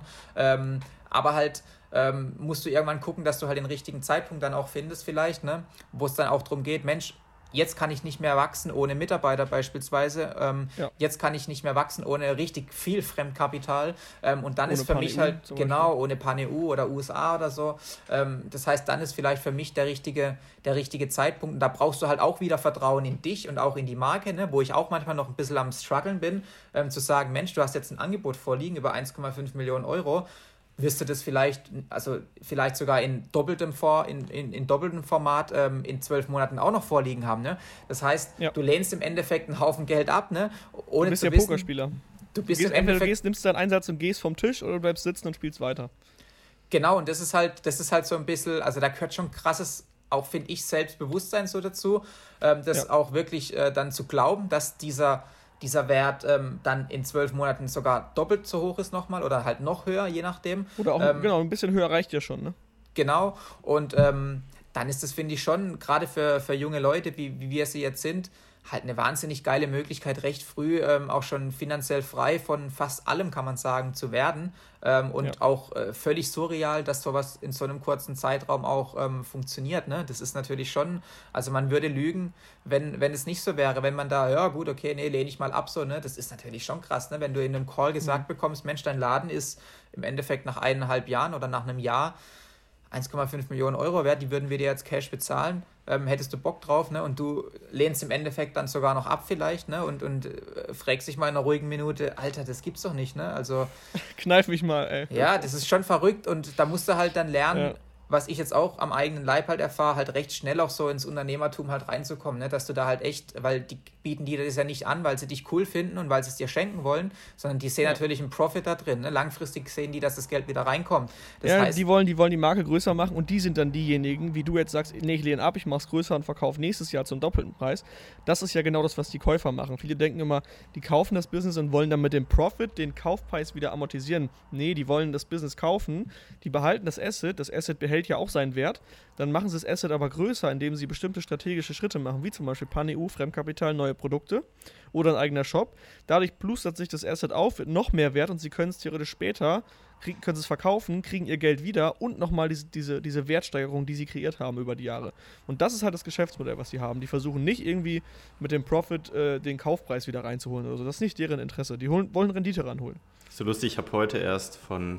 Aber halt musst du irgendwann gucken, dass du halt den richtigen Zeitpunkt dann auch findest vielleicht, ne? Wo es dann auch darum geht, Mensch, jetzt kann ich nicht mehr wachsen ohne Mitarbeiter beispielsweise, jetzt kann ich nicht mehr wachsen ohne richtig viel Fremdkapital und dann ohne ist für mich halt, genau, ohne Pan-EU oder USA oder so, das heißt, dann ist vielleicht für mich der richtige Zeitpunkt und da brauchst du halt auch wieder Vertrauen in dich und auch in die Marke, ne, wo ich auch manchmal noch ein bisschen am Struggeln bin, zu sagen, Mensch, du hast jetzt ein Angebot vorliegen über 1,5 Millionen Euro, wirst du das vielleicht sogar in doppeltem Format in 12 Monaten auch noch vorliegen haben. Ne? Das heißt, du lehnst im Endeffekt einen Haufen Geld ab, ne? Ohne du bist ja Pokerspieler. Du nimmst deinen Einsatz und gehst vom Tisch oder du bleibst sitzen und spielst weiter. Genau, und das ist halt so ein bisschen, also da gehört schon krasses, auch finde ich, Selbstbewusstsein so dazu, auch wirklich dann zu glauben, dass dieser Wert dann in 12 Monaten sogar doppelt so hoch ist nochmal oder halt noch höher, je nachdem. Oder auch, ein bisschen höher reicht ja schon, ne? Genau, und dann ist das, finde ich, schon, gerade für junge Leute, wie wir sie jetzt sind, halt eine wahnsinnig geile Möglichkeit, recht früh auch schon finanziell frei von fast allem, kann man sagen, zu werden. Auch völlig surreal, dass sowas in so einem kurzen Zeitraum auch funktioniert. Ne? Das ist natürlich schon, also man würde lügen, wenn es nicht so wäre, wenn man da, ja gut, okay, nee, lehne ich mal ab, so, ne? Das ist natürlich schon krass, ne? Wenn du in einem Call gesagt bekommst, Mensch, dein Laden ist im Endeffekt nach 1,5 Jahren oder nach einem Jahr 1,5 Millionen Euro wert, die würden wir dir jetzt Cash bezahlen, hättest du Bock drauf, ne? Und du lehnst im Endeffekt dann sogar noch ab vielleicht, ne? Und fragst dich mal in einer ruhigen Minute, Alter, das gibt's doch nicht, ne? Also kneif mich mal, ey. Ja, das ist schon verrückt und da musst du halt dann lernen, was ich jetzt auch am eigenen Leib halt erfahre, halt recht schnell auch so ins Unternehmertum halt reinzukommen, ne? Dass du da halt echt, weil die bieten dir das ja nicht an, weil sie dich cool finden und weil sie es dir schenken wollen, sondern die sehen natürlich einen Profit da drin, ne? Langfristig sehen die, dass das Geld wieder reinkommt. Das heißt, die wollen die Marke größer machen und die sind dann diejenigen, wie du jetzt sagst, nee, ich lehne ab, ich mach's größer und verkaufe nächstes Jahr zum doppelten Preis. Das ist ja genau das, was die Käufer machen. Viele denken immer, die kaufen das Business und wollen dann mit dem Profit den Kaufpreis wieder amortisieren. Nee, die wollen das Business kaufen, die behalten das Asset behält ja auch seinen Wert, dann machen sie das Asset aber größer, indem sie bestimmte strategische Schritte machen, wie zum Beispiel Pan-EU, Fremdkapital, neue Produkte oder ein eigener Shop. Dadurch plustert sich das Asset auf, wird noch mehr wert und sie können es theoretisch später, können sie es verkaufen, kriegen ihr Geld wieder und nochmal diese Wertsteigerung, die sie kreiert haben über die Jahre. Und das ist halt das Geschäftsmodell, was sie haben. Die versuchen nicht irgendwie mit dem Profit den Kaufpreis wieder reinzuholen oder so. Das ist nicht deren Interesse. Die wollen Rendite ranholen. So lustig, ich habe heute erst von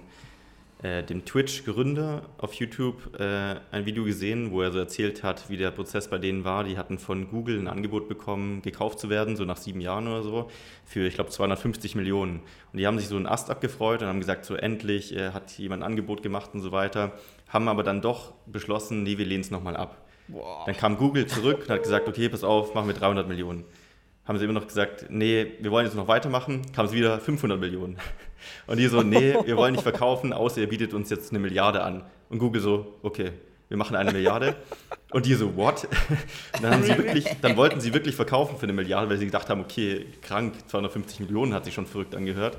dem Twitch-Gründer auf YouTube ein Video gesehen, wo er so erzählt hat, wie der Prozess bei denen war. Die hatten von Google ein Angebot bekommen, gekauft zu werden, so nach 7 Jahren oder so, für, ich glaube, 250 Millionen. Und die haben sich so einen Ast abgefreut und haben gesagt, so endlich hat jemand ein Angebot gemacht und so weiter, haben aber dann doch beschlossen, nee, wir lehnen es nochmal ab. Wow. Dann kam Google zurück und hat gesagt, okay, pass auf, machen wir 300 Millionen. Haben sie immer noch gesagt, nee, wir wollen jetzt noch weitermachen, kam es wieder 500 Millionen. Und die so, nee, wir wollen nicht verkaufen, außer ihr bietet uns jetzt 1 Milliarde an. Und Google so, okay, wir machen 1 Milliarde. Und die so, what? Und dann wollten sie wirklich verkaufen für 1 Milliarde, weil sie gedacht haben, okay, krank, 250 Millionen hat sich schon verrückt angehört.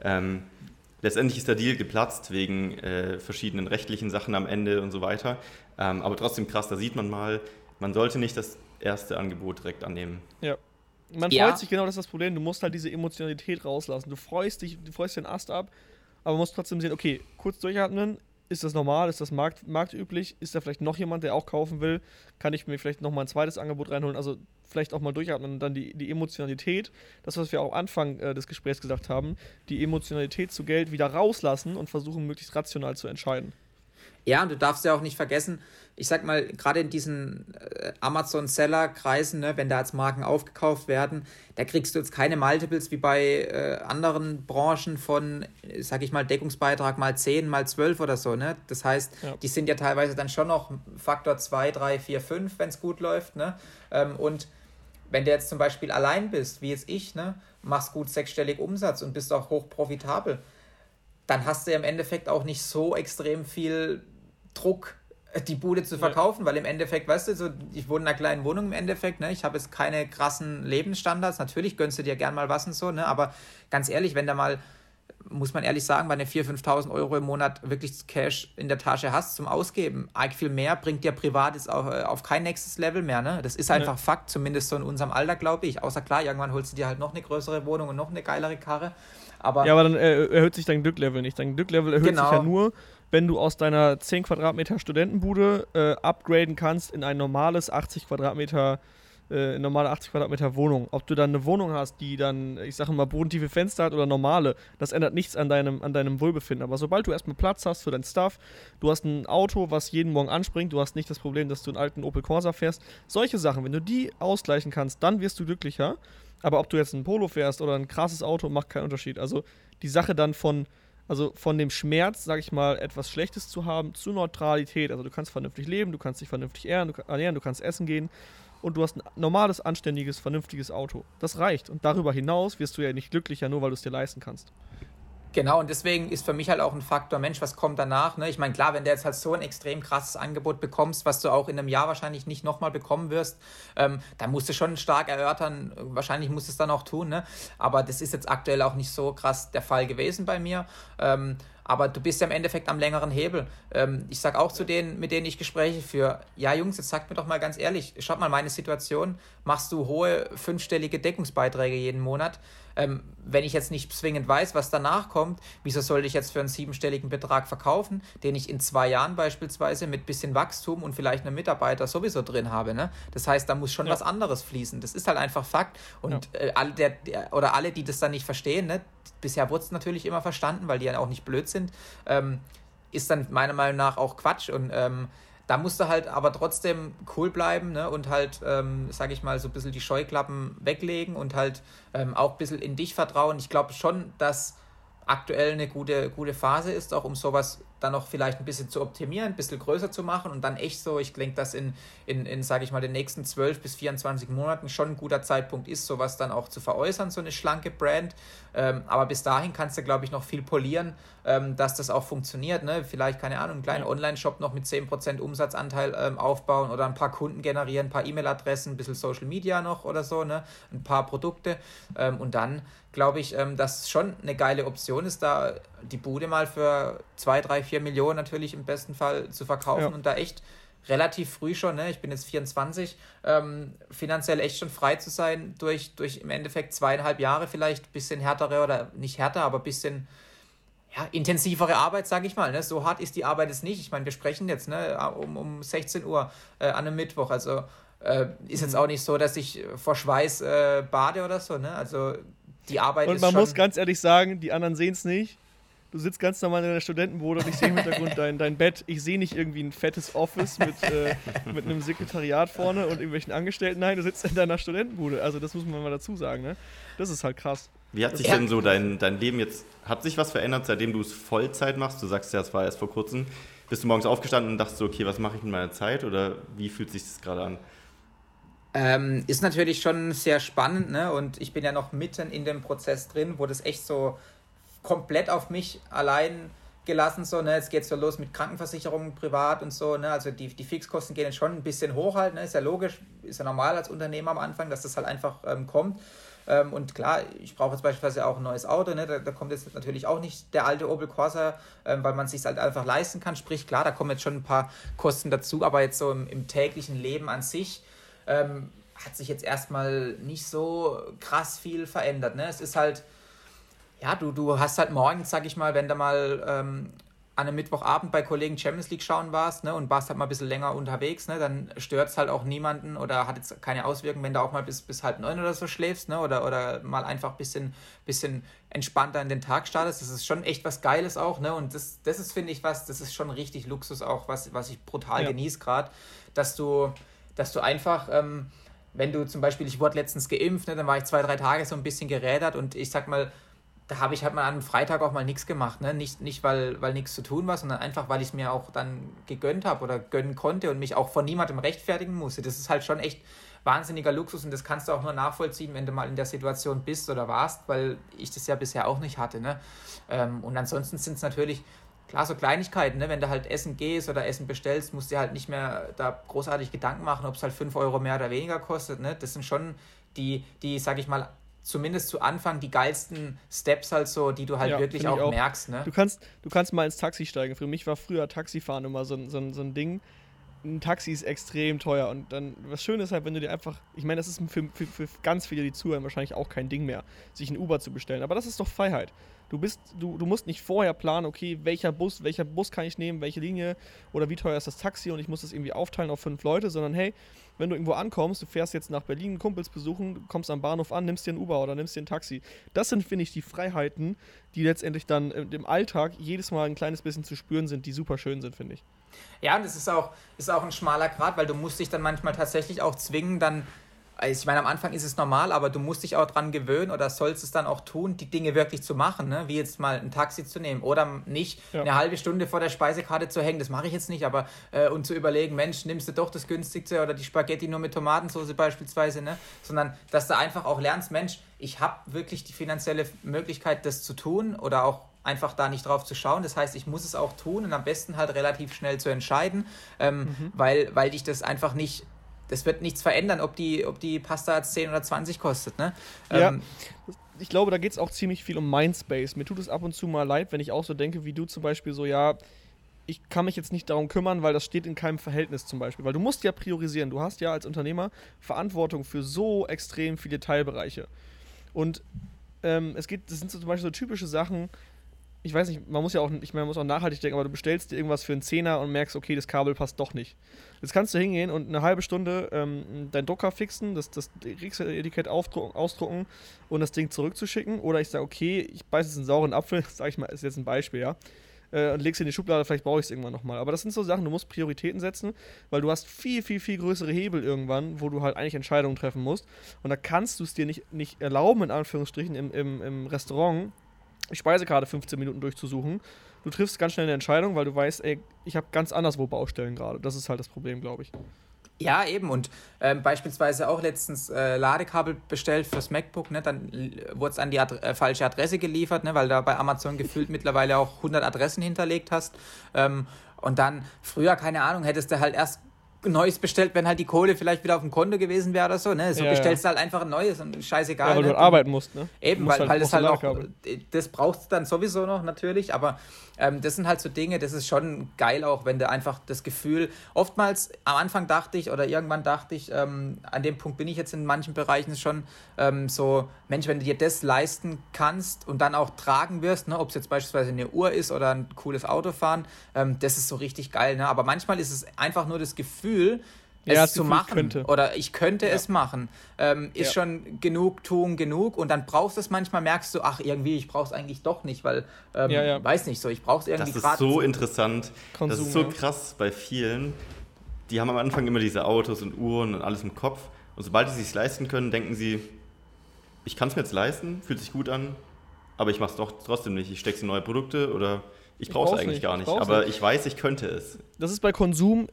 Letztendlich ist der Deal geplatzt wegen verschiedenen rechtlichen Sachen am Ende und so weiter. Aber trotzdem krass, da sieht man mal, man sollte nicht das erste Angebot direkt annehmen. Ja. Man freut sich, genau, das ist das Problem. Du musst halt diese Emotionalität rauslassen. Du freust den Ast ab, aber musst trotzdem sehen, okay, kurz durchatmen, ist das normal, ist das marktüblich, ist da vielleicht noch jemand, der auch kaufen will, kann ich mir vielleicht nochmal ein zweites Angebot reinholen, also vielleicht auch mal durchatmen und dann die Emotionalität, das, was wir auch am Anfang des Gesprächs gesagt haben, die Emotionalität zu Geld wieder rauslassen und versuchen, möglichst rational zu entscheiden. Ja, und du darfst ja auch nicht vergessen, ich sag mal, gerade in diesen Amazon-Seller-Kreisen, ne, wenn da als Marken aufgekauft werden, da kriegst du jetzt keine Multiples wie bei anderen Branchen von, sag ich mal, Deckungsbeitrag mal 10, mal 12 oder so. Ne? Das heißt, die sind ja teilweise dann schon noch Faktor 2, 3, 4, 5, wenn es gut läuft. Ne? Und wenn du jetzt zum Beispiel allein bist, wie jetzt ich, ne, machst gut 6-stellig Umsatz und bist auch hoch profitabel, dann hast du ja im Endeffekt auch nicht so extrem viel Druck, die Bude zu verkaufen, weil im Endeffekt, weißt du, so, ich wohne in einer kleinen Wohnung im Endeffekt, ne, ich habe jetzt keine krassen Lebensstandards, natürlich gönnst du dir gern mal was und so, ne, aber ganz ehrlich, wenn da mal, muss man ehrlich sagen, bei den 4.000, 5.000 Euro im Monat wirklich Cash in der Tasche hast zum Ausgeben, arg viel mehr bringt dir privat jetzt auch auf kein nächstes Level mehr, ne, das ist einfach Fakt, zumindest so in unserem Alter, glaube ich, außer klar, irgendwann holst du dir halt noch eine größere Wohnung und noch eine geilere Karre, aber... Ja, aber dann erhöht sich dein Glücklevel nicht, dein Glücklevel erhöht sich ja nur, wenn du aus deiner 10 Quadratmeter Studentenbude upgraden kannst in ein normales 80 Quadratmeter normale 80 Quadratmeter Wohnung. Ob du dann eine Wohnung hast, die dann, ich sage mal, bodentiefe Fenster hat oder normale, das ändert nichts an deinem Wohlbefinden. Aber sobald du erstmal Platz hast für dein Stuff, du hast ein Auto, was jeden Morgen anspringt, du hast nicht das Problem, dass du einen alten Opel Corsa fährst, solche Sachen, wenn du die ausgleichen kannst, dann wirst du glücklicher. Aber ob du jetzt ein Polo fährst oder ein krasses Auto, macht keinen Unterschied. Also die Sache dann von dem Schmerz, sag ich mal, etwas Schlechtes zu haben, zu Neutralität. Also du kannst vernünftig leben, du kannst dich vernünftig ernähren, du kannst essen gehen und du hast ein normales, anständiges, vernünftiges Auto. Das reicht. Und darüber hinaus wirst du ja nicht glücklicher, nur weil du es dir leisten kannst. Genau, und deswegen ist für mich halt auch ein Faktor, Mensch, was kommt danach? Ne? Ich meine, klar, wenn du jetzt halt so ein extrem krasses Angebot bekommst, was du auch in einem Jahr wahrscheinlich nicht nochmal bekommen wirst, dann musst du schon stark erörtern, wahrscheinlich musst du es dann auch tun, ne? Aber das ist jetzt aktuell auch nicht so krass der Fall gewesen bei mir. Aber du bist ja im Endeffekt am längeren Hebel. Ich sag auch zu denen, mit denen ich Gespräche führe, ja Jungs, jetzt sagt mir doch mal ganz ehrlich, schaut mal meine Situation, machst du hohe 5-stellige Deckungsbeiträge jeden Monat, wenn ich jetzt nicht zwingend weiß, was danach kommt, wieso sollte ich jetzt für einen 7-stelligen Betrag verkaufen, den ich in 2 Jahren beispielsweise mit bisschen Wachstum und vielleicht einem Mitarbeiter sowieso drin habe, ne? Das heißt, da muss schon was anderes fließen. Das ist halt einfach Fakt. Und alle, die das dann nicht verstehen, ne? Bisher wurde es natürlich immer verstanden, weil die ja auch nicht blöd sind, ist dann meiner Meinung nach auch Quatsch. Und da musst du halt aber trotzdem cool bleiben, ne? Und halt, sage ich mal, so ein bisschen die Scheuklappen weglegen und halt auch ein bisschen in dich vertrauen. Ich glaube schon, dass aktuell eine gute Phase ist, auch um sowas dann noch vielleicht ein bisschen zu optimieren, ein bisschen größer zu machen und dann echt so, ich denke, dass in sage ich mal, den nächsten 12 bis 24 Monaten schon ein guter Zeitpunkt ist, sowas dann auch zu veräußern, so eine schlanke Brand. Aber bis dahin kannst du, glaube ich, noch viel polieren, dass das auch funktioniert. Ne? Vielleicht, keine Ahnung, einen kleinen Online-Shop noch mit 10% Umsatzanteil aufbauen oder ein paar Kunden generieren, ein paar E-Mail-Adressen, ein bisschen Social Media noch oder so, ne? Ein paar Produkte und dann glaube ich, dass es schon eine geile Option ist, da die Bude mal für 2, 3, 4 Millionen natürlich im besten Fall zu verkaufen und da echt relativ früh schon, ne? Ich bin jetzt 24, finanziell echt schon frei zu sein durch im Endeffekt 2,5 Jahre vielleicht ein bisschen härtere oder nicht härter, aber ein bisschen intensivere Arbeit, sage ich mal. Ne? So hart ist die Arbeit jetzt nicht. Ich meine, wir sprechen jetzt um 16 Uhr an einem Mittwoch, also ist jetzt auch nicht so, dass ich vor Schweiß bade oder so, ne? Also die Arbeit ist schon... Und man muss ganz ehrlich sagen, die anderen sehen es nicht. Du sitzt ganz normal in deiner Studentenbude und ich sehe im Hintergrund dein Bett. Ich sehe nicht irgendwie ein fettes Office mit einem Sekretariat vorne und irgendwelchen Angestellten. Nein, du sitzt in deiner Studentenbude. Also das muss man mal dazu sagen, ne? Das ist halt krass. Wie hat sich denn so dein Leben jetzt, hat sich was verändert, seitdem du es Vollzeit machst? Du sagst ja, es war erst vor kurzem. Bist du morgens aufgestanden und dachtest so, okay, was mache ich mit meiner Zeit? Oder wie fühlt sich das gerade an? Ist natürlich schon sehr spannend, ne? Und ich bin ja noch mitten in dem Prozess drin, wo das echt so komplett auf mich allein gelassen, so, ne? Jetzt geht's so los mit Krankenversicherungen privat und so, ne? Also die Fixkosten gehen jetzt schon ein bisschen hoch halt, ne? Ist ja logisch, ist ja normal als Unternehmer am Anfang, dass das halt einfach kommt. Und klar, ich brauche jetzt beispielsweise auch ein neues Auto, ne? Da kommt jetzt natürlich auch nicht der alte Opel Corsa, weil man es sich halt einfach leisten kann. Sprich, klar, da kommen jetzt schon ein paar Kosten dazu, aber jetzt so im täglichen Leben an sich hat sich jetzt erstmal nicht so krass viel verändert. Ne? Es ist halt, ja, du hast halt morgens, sag ich mal, wenn du mal an einem Mittwochabend bei Kollegen Champions League schauen warst, ne, und warst halt mal ein bisschen länger unterwegs, ne, dann stört es halt auch niemanden oder hat jetzt keine Auswirkungen, wenn du auch mal bis 8:30 oder so schläfst, ne, oder mal einfach ein bisschen entspannter in den Tag startest. Das ist schon echt was Geiles auch, ne, und das ist, finde ich, das ist schon richtig Luxus auch, was ich brutal genieße gerade, dass du einfach, wenn du zum Beispiel, ich wurde letztens geimpft, ne, dann war ich 2, 3 Tage so ein bisschen gerädert und ich sag mal, da habe ich halt mal an einem Freitag auch mal nichts gemacht, ne? Nicht weil nichts zu tun war, sondern einfach, weil ich es mir auch dann gegönnt habe oder gönnen konnte und mich auch von niemandem rechtfertigen musste. Das ist halt schon echt wahnsinniger Luxus und das kannst du auch nur nachvollziehen, wenn du mal in der Situation bist oder warst, weil ich das ja bisher auch nicht hatte, ne? Und ansonsten sind es natürlich, klar, so Kleinigkeiten, ne? Wenn du halt essen gehst oder Essen bestellst, musst du dir halt nicht mehr da großartig Gedanken machen, ob es halt 5 Euro mehr oder weniger kostet, ne? Das sind schon die, sag ich mal, zumindest zu Anfang die geilsten Steps halt so, die du halt wirklich auch merkst. Ne? Du kannst mal ins Taxi steigen. Für mich war früher Taxifahren immer so ein Ding. ein Taxi ist extrem teuer und dann, was schön ist halt, wenn du dir einfach, ich meine, das ist für ganz viele, die zuhören, wahrscheinlich auch kein Ding mehr, sich ein Uber zu bestellen, aber das ist doch Freiheit. Du musst nicht vorher planen, okay, welcher Bus kann ich nehmen, welche Linie oder wie teuer ist das Taxi und ich muss das irgendwie aufteilen auf 5 Leute, sondern hey, wenn du irgendwo ankommst, du fährst jetzt nach Berlin, Kumpels besuchen, kommst am Bahnhof an, nimmst dir ein Uber oder nimmst dir ein Taxi. Das sind, finde ich, die Freiheiten, die letztendlich dann im Alltag jedes Mal ein kleines bisschen zu spüren sind, die super schön sind, finde ich. Ja, und es ist auch ein schmaler Grat, weil du musst dich dann manchmal tatsächlich auch zwingen, dann, also ich meine, am Anfang ist es normal, aber du musst dich auch dran gewöhnen oder sollst es dann auch tun, die Dinge wirklich zu machen, ne? Wie jetzt mal ein Taxi zu nehmen oder nicht eine halbe Stunde vor der Speisekarte zu hängen, das mache ich jetzt nicht, aber und zu überlegen, Mensch, nimmst du doch das günstigste oder die Spaghetti nur mit Tomatensauce beispielsweise, ne? Sondern, dass du einfach auch lernst, Mensch, ich habe wirklich die finanzielle Möglichkeit, das zu tun oder auch einfach da nicht drauf zu schauen. Das heißt, ich muss es auch tun und am besten halt relativ schnell zu entscheiden, weil dich das einfach nicht, das wird nichts verändern, ob die Pasta jetzt 10 oder 20 kostet. Ne? Ja, ich glaube, da geht es auch ziemlich viel um Mindspace. Mir tut es ab und zu mal leid, wenn ich auch so denke, wie du zum Beispiel so, ja, ich kann mich jetzt nicht darum kümmern, weil das steht in keinem Verhältnis zum Beispiel. Weil du musst ja priorisieren. Du hast ja als Unternehmer Verantwortung für so extrem viele Teilbereiche. Und das sind so zum Beispiel so typische Sachen, ich weiß nicht, man muss auch nachhaltig denken, aber du bestellst dir irgendwas für einen Zehner und merkst, okay, das Kabel passt doch nicht. Jetzt kannst du hingehen und eine halbe Stunde deinen Drucker fixen, das Etikett ausdrucken und das Ding zurückzuschicken. Oder ich sage, okay, ich beiße jetzt einen sauren Apfel, sage ich mal, ist jetzt ein Beispiel, ja. Und legst in die Schublade, vielleicht brauche ich es irgendwann nochmal. Aber das sind so Sachen, du musst Prioritäten setzen, weil du hast viel, viel, viel größere Hebel irgendwann, wo du halt eigentlich Entscheidungen treffen musst. Und da kannst du es dir nicht erlauben, in Anführungsstrichen, im Restaurant die Speisekarte 15 Minuten durchzusuchen. Du triffst ganz schnell eine Entscheidung, weil du weißt, ey, ich habe ganz anderswo Baustellen gerade. Das ist halt das Problem, glaube ich. Ja, eben. Und beispielsweise auch letztens Ladekabel bestellt fürs MacBook. Ne? Dann wurde es an die falsche Adresse geliefert, ne? Weil da bei Amazon gefühlt mittlerweile auch 100 Adressen hinterlegt hast. Und dann früher, keine Ahnung, hättest du halt erst Neues bestellt, wenn halt die Kohle vielleicht wieder auf dem Konto gewesen wäre oder so, ne? So bestellst du halt einfach ein Neues und scheißegal. Ja, weil du halt arbeiten musst, ne? Eben, weil das halt auch, das brauchst du dann sowieso noch natürlich, aber das sind halt so Dinge, das ist schon geil auch, wenn du einfach das Gefühl, oftmals am Anfang dachte ich oder irgendwann dachte ich, an dem Punkt bin ich jetzt in manchen Bereichen schon so, Mensch, wenn du dir das leisten kannst und dann auch tragen wirst, ne, ob es jetzt beispielsweise eine Uhr ist oder ein cooles Autofahren, das ist so richtig geil, ne? Aber manchmal ist es einfach nur das Gefühl, es zu machen oder ich könnte es machen, ist schon genug und dann brauchst du es manchmal, merkst du, ach irgendwie, ich brauche es eigentlich doch nicht, weil, weiß nicht so, ich brauche es irgendwie gerade. Das ist so interessant, Konsum, das ist so krass bei vielen, die haben am Anfang immer diese Autos und Uhren und alles im Kopf und sobald sie es sich leisten können, denken sie, ich kann es mir jetzt leisten, fühlt sich gut an, aber ich mache es doch trotzdem nicht, ich stecke es in neue Produkte oder ich brauche es eigentlich gar nicht, aber ich weiß, ich könnte es. Das ist bei Konsum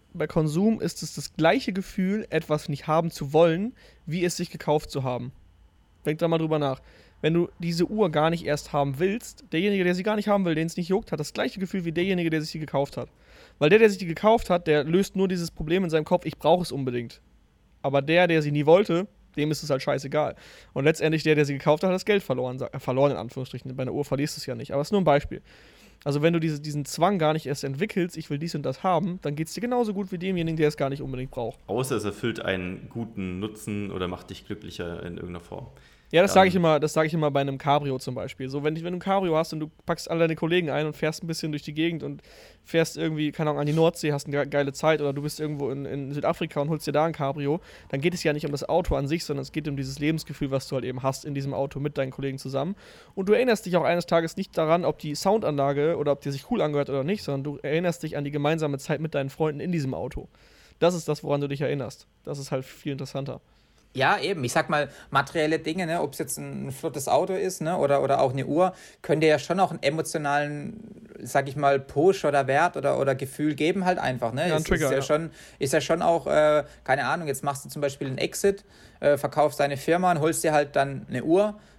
ist es das gleiche Gefühl, etwas nicht haben zu wollen, wie es sich gekauft zu haben. Denk da mal drüber nach. Wenn du diese Uhr gar nicht erst haben willst, derjenige, der sie gar nicht haben will, den es nicht juckt, hat das gleiche Gefühl wie derjenige, der sich die gekauft hat. Weil der sich die gekauft hat, der löst nur dieses Problem in seinem Kopf, ich brauche es unbedingt. Aber der sie nie wollte, dem ist es halt scheißegal. Und letztendlich der sie gekauft hat, hat das Geld verloren in Anführungsstrichen. Bei einer Uhr verlierst du es ja nicht, aber es ist nur ein Beispiel. Also wenn du diesen Zwang gar nicht erst entwickelst, ich will dies und das haben, dann geht es dir genauso gut wie demjenigen, der es gar nicht unbedingt braucht. Außer es erfüllt einen guten Nutzen oder macht dich glücklicher in irgendeiner Form. Ja, das sage ich immer bei einem Cabrio zum Beispiel. So, wenn du ein Cabrio hast und du packst alle deine Kollegen ein und fährst ein bisschen durch die Gegend und fährst irgendwie, keine Ahnung, an die Nordsee, hast eine geile Zeit oder du bist irgendwo in Südafrika und holst dir da ein Cabrio, dann geht es ja nicht um das Auto an sich, sondern es geht um dieses Lebensgefühl, was du halt eben hast in diesem Auto mit deinen Kollegen zusammen. Und du erinnerst dich auch eines Tages nicht daran, ob die Soundanlage oder ob die sich cool angehört oder nicht, sondern du erinnerst dich an die gemeinsame Zeit mit deinen Freunden in diesem Auto. Das ist das, woran du dich erinnerst. Das ist halt viel interessanter. Ja, eben. Ich sag mal, materielle Dinge, ne, ob es jetzt ein flottes Auto ist, ne, oder auch eine Uhr, können dir ja schon auch einen emotionalen, sag ich mal, Push oder Wert oder Gefühl geben halt einfach. Ne? Ja, ein Trigger, ist ja schon auch, keine Ahnung, jetzt machst du zum Beispiel einen Exit, verkaufst deine Firma und holst dir halt dann eine Uhr,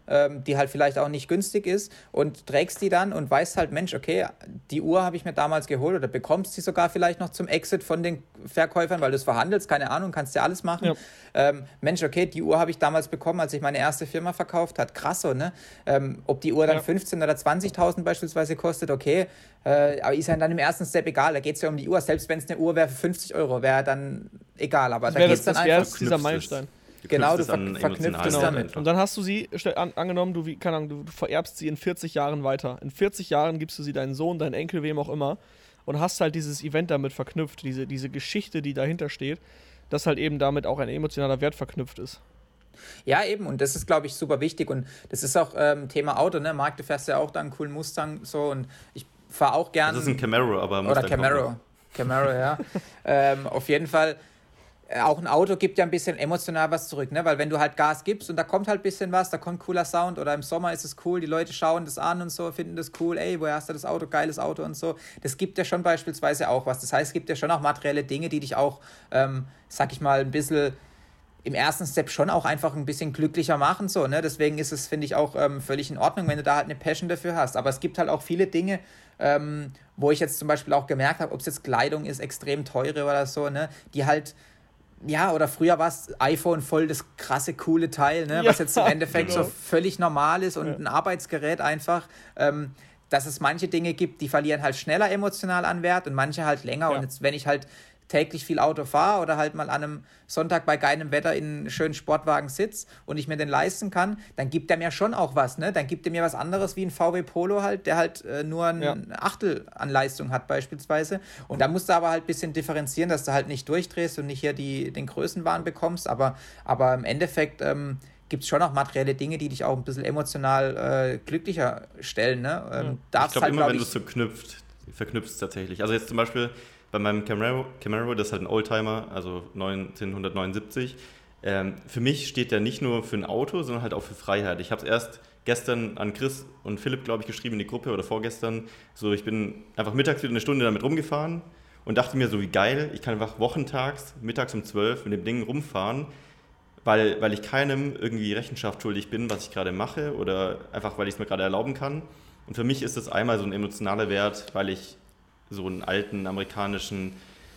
die halt vielleicht auch nicht günstig ist und trägst die dann und weißt halt, Mensch, okay, die Uhr habe ich mir damals geholt oder bekommst sie sogar vielleicht noch zum Exit von den Verkäufern, weil du es verhandelst, keine Ahnung, kannst ja alles machen. Ja. Mensch, okay, die Uhr habe ich damals bekommen, als ich meine erste Firma verkauft habe. Krass so, ne? Ob die Uhr dann 15.000 oder 20.000 beispielsweise kostet, okay, aber ist ja dann im ersten Step egal, da geht es ja um die Uhr, selbst wenn es eine Uhr wäre für 50 Euro, wäre dann egal, aber da geht es dann einfach... Das dieser Meilenstein. Genau, du verknüpfst es damit. Und dann hast du sie, angenommen, du vererbst sie in 40 Jahren weiter. In 40 Jahren gibst du sie deinen Sohn, deinen Enkel, wem auch immer und hast halt dieses Event damit verknüpft, diese Geschichte, die dahinter steht, dass halt eben damit auch ein emotionaler Wert verknüpft ist. Ja, eben, und das ist, glaube ich, super wichtig und das ist auch Thema Auto, ne? Marc, du fährst ja auch da einen coolen Mustang so und ich fahre auch gerne... Das ist ein Camaro, aber Mustang... Oder Camaro, ja. Auf jeden Fall... Auch ein Auto gibt ja ein bisschen emotional was zurück, ne? Weil wenn du halt Gas gibst und da kommt halt ein bisschen was, da kommt cooler Sound oder im Sommer ist es cool, die Leute schauen das an und so, finden das cool, ey, woher hast du das Auto, geiles Auto und so. Das gibt ja schon beispielsweise auch was. Das heißt, es gibt ja schon auch materielle Dinge, die dich auch, sag ich mal, ein bisschen im ersten Step schon auch einfach ein bisschen glücklicher machen, so, ne? Deswegen ist es, finde ich, auch völlig in Ordnung, wenn du da halt eine Passion dafür hast. Aber es gibt halt auch viele Dinge, wo ich jetzt zum Beispiel auch gemerkt habe, ob es jetzt Kleidung ist, extrem teure oder so, ne? Die halt... Ja, oder früher war es iPhone voll das krasse, coole Teil, ne? Was jetzt im Endeffekt so völlig normal ist und ein Arbeitsgerät einfach, dass es manche Dinge gibt, die verlieren halt schneller emotional an Wert und manche halt länger. Und jetzt, wenn ich halt täglich viel Auto fahre oder halt mal an einem Sonntag bei geilem Wetter in einem schönen Sportwagen sitze und ich mir den leisten kann, dann gibt er mir schon auch was, ne? Dann gibt er mir was anderes wie ein VW Polo halt, der halt nur ein Achtel an Leistung hat beispielsweise. Und da musst du aber halt ein bisschen differenzieren, dass du halt nicht durchdrehst und nicht hier den Größenwahn bekommst, aber im Endeffekt gibt es schon auch materielle Dinge, die dich auch ein bisschen emotional glücklicher stellen, ne? Ich glaube, immer wenn du es so verknüpfst tatsächlich. Also jetzt zum Beispiel bei meinem Camaro, das ist halt ein Oldtimer, also 1979. Für mich steht der nicht nur für ein Auto, sondern halt auch für Freiheit. Ich habe es erst gestern an Chris und Philipp, glaube ich, geschrieben in die Gruppe oder vorgestern. So, ich bin einfach mittags wieder eine Stunde damit rumgefahren und dachte mir so, wie geil, ich kann einfach wochentags, mittags um 12 mit dem Ding rumfahren, weil ich keinem irgendwie Rechenschaft schuldig bin, was ich gerade mache oder einfach, weil ich es mir gerade erlauben kann. Und für mich ist das einmal so ein emotionaler Wert, weil ich so ein altes amerikanisches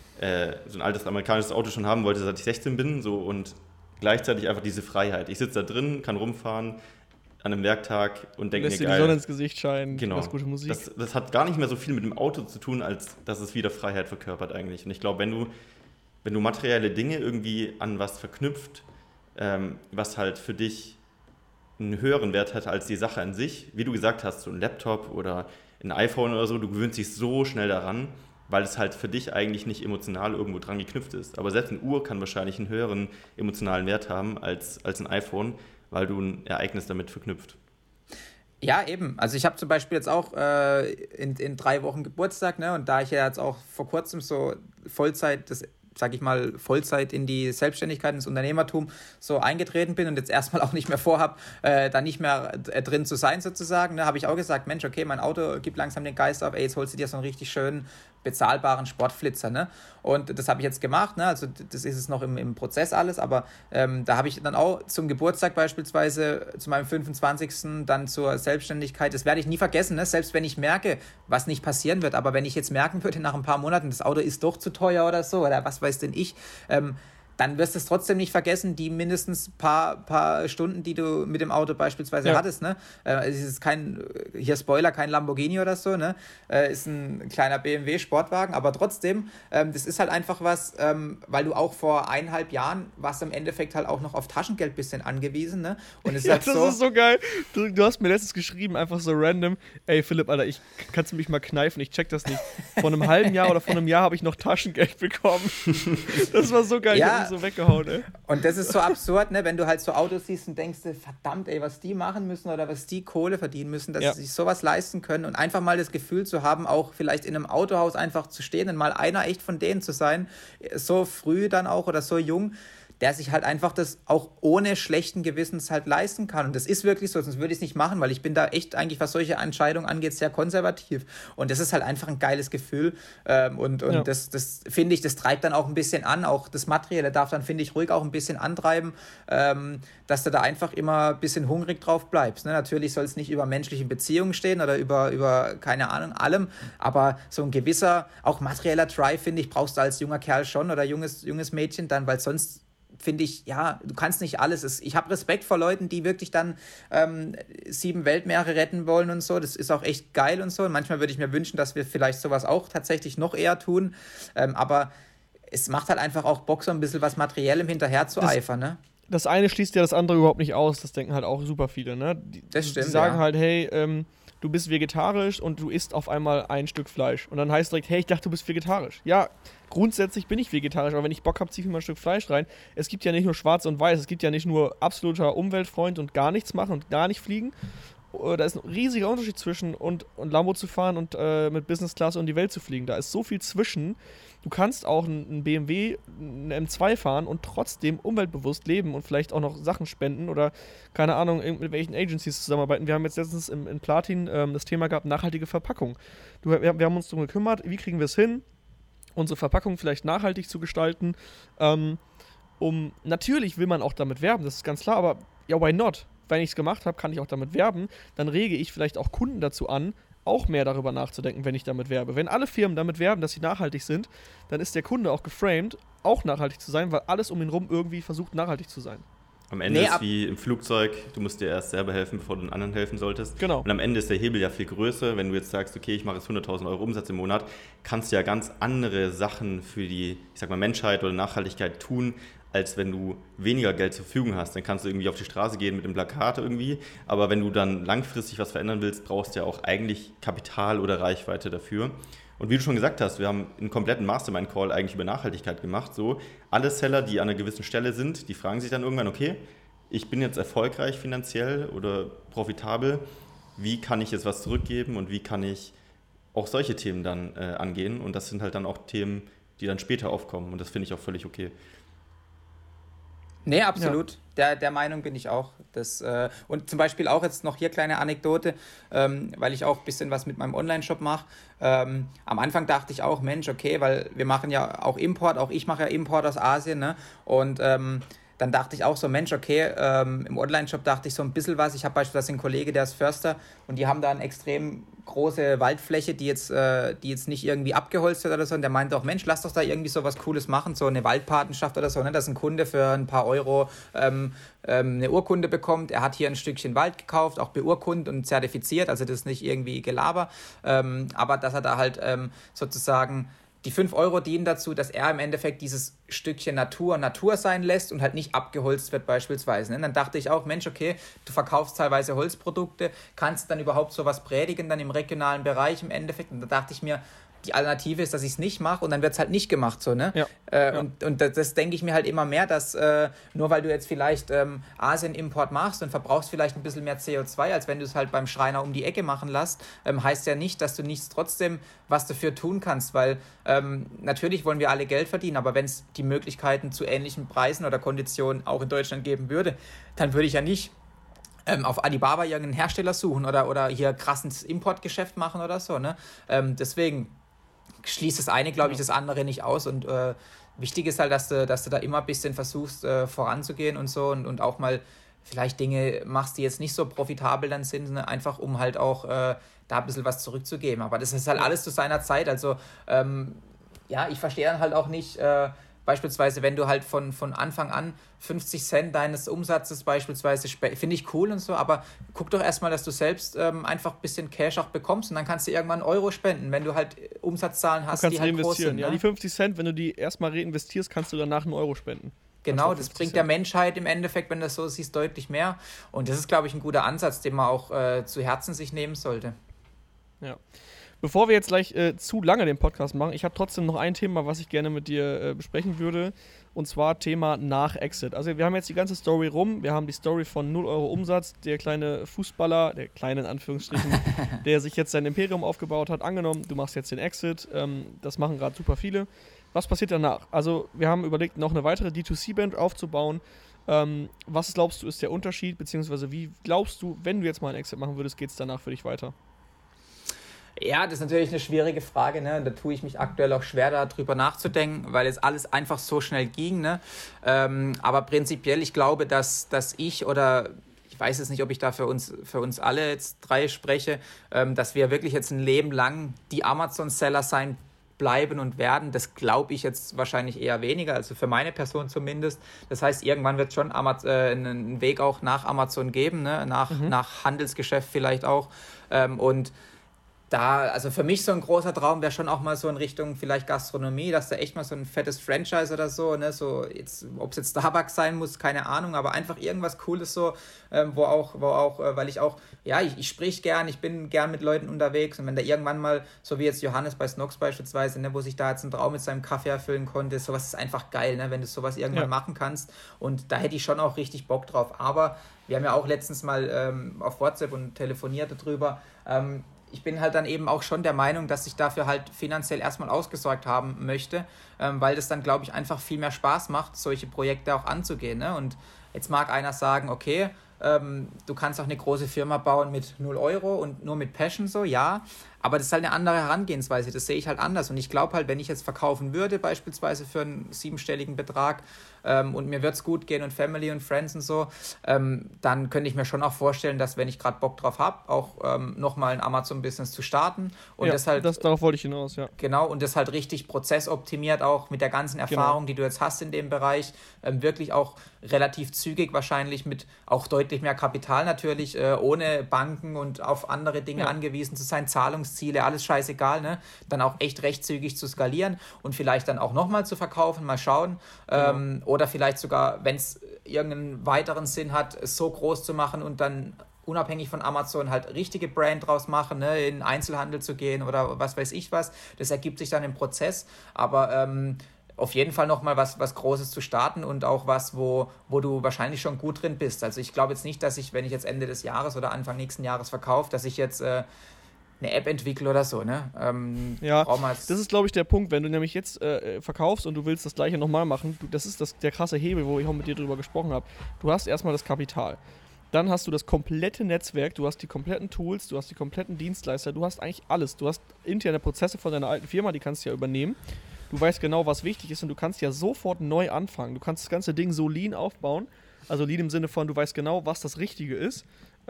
Auto schon haben wollte, seit ich 16 bin, so, und gleichzeitig einfach diese Freiheit. Ich sitze da drin, kann rumfahren an einem Werktag und denke mir, geil. Lässt dir die Sonne ins Gesicht scheinen, genau. Das gute Musik. Das hat gar nicht mehr so viel mit dem Auto zu tun, als dass es wieder Freiheit verkörpert eigentlich. Und ich glaube, wenn du materielle Dinge irgendwie an was verknüpft, was halt für dich einen höheren Wert hat als die Sache an sich, wie du gesagt hast, so ein Laptop oder ein iPhone oder so, du gewöhnst dich so schnell daran, weil es halt für dich eigentlich nicht emotional irgendwo dran geknüpft ist. Aber selbst eine Uhr kann wahrscheinlich einen höheren emotionalen Wert haben als ein iPhone, weil du ein Ereignis damit verknüpft. Ja, eben. Also ich habe zum Beispiel jetzt auch in 3 Wochen Geburtstag, ne? Und da ich ja jetzt auch vor kurzem so Vollzeit in die Selbstständigkeit, ins Unternehmertum so eingetreten bin und jetzt erstmal auch nicht mehr vorhabe, da nicht mehr drin zu sein sozusagen, ne, habe ich auch gesagt, Mensch, okay, mein Auto gibt langsam den Geist auf, ey, jetzt holst du dir so einen richtig schönen bezahlbaren Sportflitzer, ne? Und das habe ich jetzt gemacht, ne? Also das ist es noch im Prozess alles, aber da habe ich dann auch zum Geburtstag beispielsweise, zu meinem 25. dann zur Selbstständigkeit, das werde ich nie vergessen, ne? Selbst wenn ich merke, was nicht passieren wird, aber wenn ich jetzt merken würde, nach ein paar Monaten, das Auto ist doch zu teuer oder so, oder was weiß denn ich, dann wirst du es trotzdem nicht vergessen, die mindestens paar Stunden, die du mit dem Auto beispielsweise hattest, ne? Es ist kein Lamborghini oder so, ne? Ist ein kleiner BMW Sportwagen, aber trotzdem, das ist halt einfach was, weil du auch vor 1,5 Jahren warst im Endeffekt halt auch noch auf Taschengeld ein bisschen angewiesen, ne? Und es ist halt das ist so geil. Du hast mir letztens geschrieben, einfach so random, ey Philipp, Alter, kannst du mich mal kneifen, ich check das nicht. Vor einem halben Jahr oder vor einem Jahr habe ich noch Taschengeld bekommen. Das war so geil. Ja. So weggehauen, ey. Und das ist so absurd, ne, wenn du halt so Autos siehst und denkst, verdammt, ey, was die machen müssen oder was die Kohle verdienen müssen, dass sie sich sowas leisten können und einfach mal das Gefühl zu haben, auch vielleicht in einem Autohaus einfach zu stehen und mal einer echt von denen zu sein, so früh dann auch oder so jung, der sich halt einfach das auch ohne schlechten Gewissens halt leisten kann. Und das ist wirklich so, sonst würde ich es nicht machen, weil ich bin da echt eigentlich, was solche Entscheidungen angeht, sehr konservativ. Und das ist halt einfach ein geiles Gefühl. Das finde ich, das treibt dann auch ein bisschen an. Auch das Materielle darf dann, finde ich, ruhig auch ein bisschen antreiben, dass du da einfach immer ein bisschen hungrig drauf bleibst. Ne? Natürlich soll es nicht über menschliche Beziehungen stehen oder über keine Ahnung, allem, aber so ein gewisser, auch materieller Drive, finde ich, brauchst du als junger Kerl schon oder junges Mädchen dann, weil sonst finde ich, ja, du kannst nicht alles. Ich habe Respekt vor Leuten, die wirklich dann 7 Weltmeere retten wollen und so. Das ist auch echt geil und so. Und manchmal würde ich mir wünschen, dass wir vielleicht sowas auch tatsächlich noch eher tun. Aber es macht halt einfach auch Bock, so ein bisschen was Materiellem hinterher zu eifern, ne? Das eine schließt ja das andere überhaupt nicht aus. Das denken halt auch super viele, ne? Das stimmt, die sagen halt, hey, du bist vegetarisch und du isst auf einmal ein Stück Fleisch. Und dann heißt es direkt, hey, ich dachte, du bist vegetarisch. Ja, grundsätzlich bin ich vegetarisch, aber wenn ich Bock habe, ziehe ich mir mal ein Stück Fleisch rein. Es gibt ja nicht nur schwarz und weiß, es gibt ja nicht nur absoluter Umweltfreund und gar nichts machen und gar nicht fliegen. Da ist ein riesiger Unterschied zwischen und Lambo zu fahren und mit Business Class um die Welt zu fliegen. Da ist so viel zwischen. Du kannst auch einen BMW, einen M2 fahren und trotzdem umweltbewusst leben und vielleicht auch noch Sachen spenden oder, keine Ahnung, mit welchen Agencies zusammenarbeiten. Wir haben jetzt letztens in Platin das Thema gehabt, nachhaltige Verpackung. Wir haben uns darum gekümmert, wie kriegen wir es hin, unsere Verpackung vielleicht nachhaltig zu gestalten. Natürlich will man auch damit werben, das ist ganz klar, aber ja, why not? Wenn ich es gemacht habe, kann ich auch damit werben. Dann rege ich vielleicht auch Kunden dazu an, auch mehr darüber nachzudenken, wenn ich damit werbe. Wenn alle Firmen damit werben, dass sie nachhaltig sind, dann ist der Kunde auch geframed, auch nachhaltig zu sein, weil alles um ihn rum irgendwie versucht, nachhaltig zu sein. Am Ende ist wie im Flugzeug, du musst dir erst selber helfen, bevor du den anderen helfen solltest. Genau. Und am Ende ist der Hebel ja viel größer. Wenn du jetzt sagst, okay, ich mache jetzt 100.000 Euro Umsatz im Monat, kannst du ja ganz andere Sachen für die, ich sag mal, Menschheit oder Nachhaltigkeit tun, als wenn du weniger Geld zur Verfügung hast. Dann kannst du irgendwie auf die Straße gehen mit dem Plakat irgendwie, aber wenn du dann langfristig was verändern willst, brauchst du ja auch eigentlich Kapital oder Reichweite dafür. Und wie du schon gesagt hast, wir haben einen kompletten Mastermind-Call eigentlich über Nachhaltigkeit gemacht. So, alle Seller, die an einer gewissen Stelle sind, die fragen sich dann irgendwann, okay, ich bin jetzt erfolgreich finanziell oder profitabel, wie kann ich jetzt was zurückgeben und wie kann ich auch solche Themen dann angehen? Und das sind halt dann auch Themen, die dann später aufkommen und das finde ich auch völlig okay. Nee, absolut. Ja. Der Meinung bin ich auch. Und zum Beispiel auch jetzt noch hier kleine Anekdote, weil ich auch ein bisschen was mit meinem Online-Shop mache. Am Anfang dachte ich auch, Mensch, okay, weil wir machen ja auch Import, auch ich mache ja Import aus Asien, ne? Und dann dachte ich auch so, Mensch, okay, im Online-Shop dachte ich so ein bisschen was. Ich habe beispielsweise einen Kollege, der ist Förster und die haben da eine extrem große Waldfläche, die jetzt nicht irgendwie abgeholzt wird oder so. Und der meinte auch, Mensch, lass doch da irgendwie so was Cooles machen, so eine Waldpatenschaft oder so, ne? Dass ein Kunde für ein paar Euro eine Urkunde bekommt. Er hat hier ein Stückchen Wald gekauft, auch beurkundet und zertifiziert, also das ist nicht irgendwie Gelaber, aber dass er da halt sozusagen die 5 Euro dienen dazu, dass er im Endeffekt dieses Stückchen Natur sein lässt und halt nicht abgeholzt wird beispielsweise. Ne? Dann dachte ich auch, Mensch, okay, du verkaufst teilweise Holzprodukte, kannst dann überhaupt sowas predigen dann im regionalen Bereich im Endeffekt. Und da dachte ich mir, die Alternative ist, dass ich es nicht mache und dann wird es halt nicht gemacht. So, ne? Ja. Und das denke ich mir halt immer mehr, dass nur weil du jetzt vielleicht Asien-Import machst und verbrauchst vielleicht ein bisschen mehr CO2, als wenn du es halt beim Schreiner um die Ecke machen lässt, heißt ja nicht, dass du nichts trotzdem was dafür tun kannst, weil natürlich wollen wir alle Geld verdienen, aber wenn es die Möglichkeiten zu ähnlichen Preisen oder Konditionen auch in Deutschland geben würde, dann würde ich ja nicht auf Alibaba irgendeinen Hersteller suchen oder hier krasses Importgeschäft machen oder so. Ne? Deswegen schließt das eine, glaube ich, das andere nicht aus und wichtig ist halt, dass du da immer ein bisschen versuchst voranzugehen und so und auch mal vielleicht Dinge machst, die jetzt nicht so profitabel dann sind, ne? Einfach um halt auch da ein bisschen was zurückzugeben. Aber das ist halt alles zu seiner Zeit. Also ich verstehe dann halt auch nicht, beispielsweise, wenn du halt von Anfang an 50 Cent deines Umsatzes beispielsweise, finde ich cool und so, aber guck doch erstmal, dass du selbst einfach ein bisschen Cash auch bekommst und dann kannst du irgendwann einen Euro spenden, wenn du halt Umsatzzahlen hast, die halt groß sind. Ja, die 50 Cent, wenn du die erstmal reinvestierst, kannst du danach einen Euro spenden. Genau, das bringt der Menschheit im Endeffekt, wenn du das so siehst, deutlich mehr. Und das ist, glaube ich, ein guter Ansatz, den man auch zu Herzen sich nehmen sollte. Ja. Bevor wir jetzt gleich zu lange den Podcast machen, ich habe trotzdem noch ein Thema, was ich gerne mit dir besprechen würde. Und zwar Thema nach Exit. Also wir haben jetzt die ganze Story rum. Wir haben die Story von 0 Euro Umsatz. Der kleine Fußballer, der kleine in Anführungsstrichen, der sich jetzt sein Imperium aufgebaut hat, angenommen, du machst jetzt den Exit. Das machen gerade super viele. Was passiert danach? Also wir haben überlegt, noch eine weitere D2C-Band aufzubauen. Was glaubst du, ist der Unterschied, beziehungsweise wie glaubst du, wenn du jetzt mal einen Exit machen würdest, geht es danach für dich weiter? Ja, das ist natürlich eine schwierige Frage, ne? Da tue ich mich aktuell auch schwer, darüber nachzudenken, weil jetzt alles einfach so schnell ging, ne? Aber prinzipiell, ich glaube, dass ich oder ich weiß jetzt nicht, ob ich da für uns alle jetzt drei spreche, dass wir wirklich jetzt ein Leben lang die Amazon-Seller sein bleiben und werden, das glaube ich jetzt wahrscheinlich eher weniger, also für meine Person zumindest. Das heißt, irgendwann wird es schon einen Weg auch nach Amazon geben, ne? Nach Handelsgeschäft vielleicht auch. Und also für mich so ein großer Traum wäre schon auch mal so in Richtung vielleicht Gastronomie, dass da echt mal so ein fettes Franchise oder so, ne, so jetzt, ob es jetzt Starbucks sein muss, keine Ahnung, aber einfach irgendwas Cooles so, wo auch, weil ich auch, ja, ich sprich gern, ich bin gern mit Leuten unterwegs und wenn da irgendwann mal, so wie jetzt Johannes bei Snox beispielsweise, ne, wo sich da jetzt ein Traum mit seinem Kaffee erfüllen konnte, sowas ist einfach geil, ne, wenn du sowas irgendwann machen kannst und da hätte ich schon auch richtig Bock drauf, aber wir haben ja auch letztens mal auf WhatsApp und telefoniert darüber, ich bin halt dann eben auch schon der Meinung, dass ich dafür halt finanziell erstmal ausgesorgt haben möchte, weil das dann, glaube ich, einfach viel mehr Spaß macht, solche Projekte auch anzugehen. Ne? Und jetzt mag einer sagen, okay, du kannst auch eine große Firma bauen mit 0 Euro und nur mit Passion so, ja, aber das ist halt eine andere Herangehensweise, das sehe ich halt anders und ich glaube halt, wenn ich jetzt verkaufen würde, beispielsweise für einen 7-stelligen Betrag und mir wird es gut gehen und Family und Friends und so, dann könnte ich mir schon auch vorstellen, dass wenn ich gerade Bock drauf habe, auch nochmal ein Amazon-Business zu starten und ja, das halt... darauf wollte ich hinaus, ja. Genau, und das halt richtig prozessoptimiert auch mit der ganzen Erfahrung, die du jetzt hast in dem Bereich, wirklich auch relativ zügig wahrscheinlich mit auch deutlich mehr Kapital natürlich, ohne Banken und auf andere Dinge angewiesen zu sein, Zahlungsziele, alles scheißegal, ne? Dann auch echt recht zügig zu skalieren und vielleicht dann auch nochmal zu verkaufen, mal schauen. Oder vielleicht sogar, wenn es irgendeinen weiteren Sinn hat, es so groß zu machen und dann unabhängig von Amazon halt richtige Brand draus machen, ne? In Einzelhandel zu gehen oder was weiß ich was. Das ergibt sich dann im Prozess, aber auf jeden Fall nochmal was Großes zu starten und auch was, wo du wahrscheinlich schon gut drin bist. Also ich glaube jetzt nicht, dass ich, wenn ich jetzt Ende des Jahres oder Anfang nächsten Jahres verkaufe, dass ich jetzt eine App entwickle oder so, ne? Das ist, glaube ich, der Punkt, wenn du nämlich jetzt verkaufst und du willst das Gleiche nochmal machen, das ist der krasse Hebel, wo ich auch mit dir drüber gesprochen habe. Du hast erstmal das Kapital. Dann hast du das komplette Netzwerk, du hast die kompletten Tools, du hast die kompletten Dienstleister, du hast eigentlich alles. Du hast interne Prozesse von deiner alten Firma, die kannst du ja übernehmen. Du weißt genau, was wichtig ist und du kannst ja sofort neu anfangen. Du kannst das ganze Ding so lean aufbauen. Also lean im Sinne von, du weißt genau, was das Richtige ist.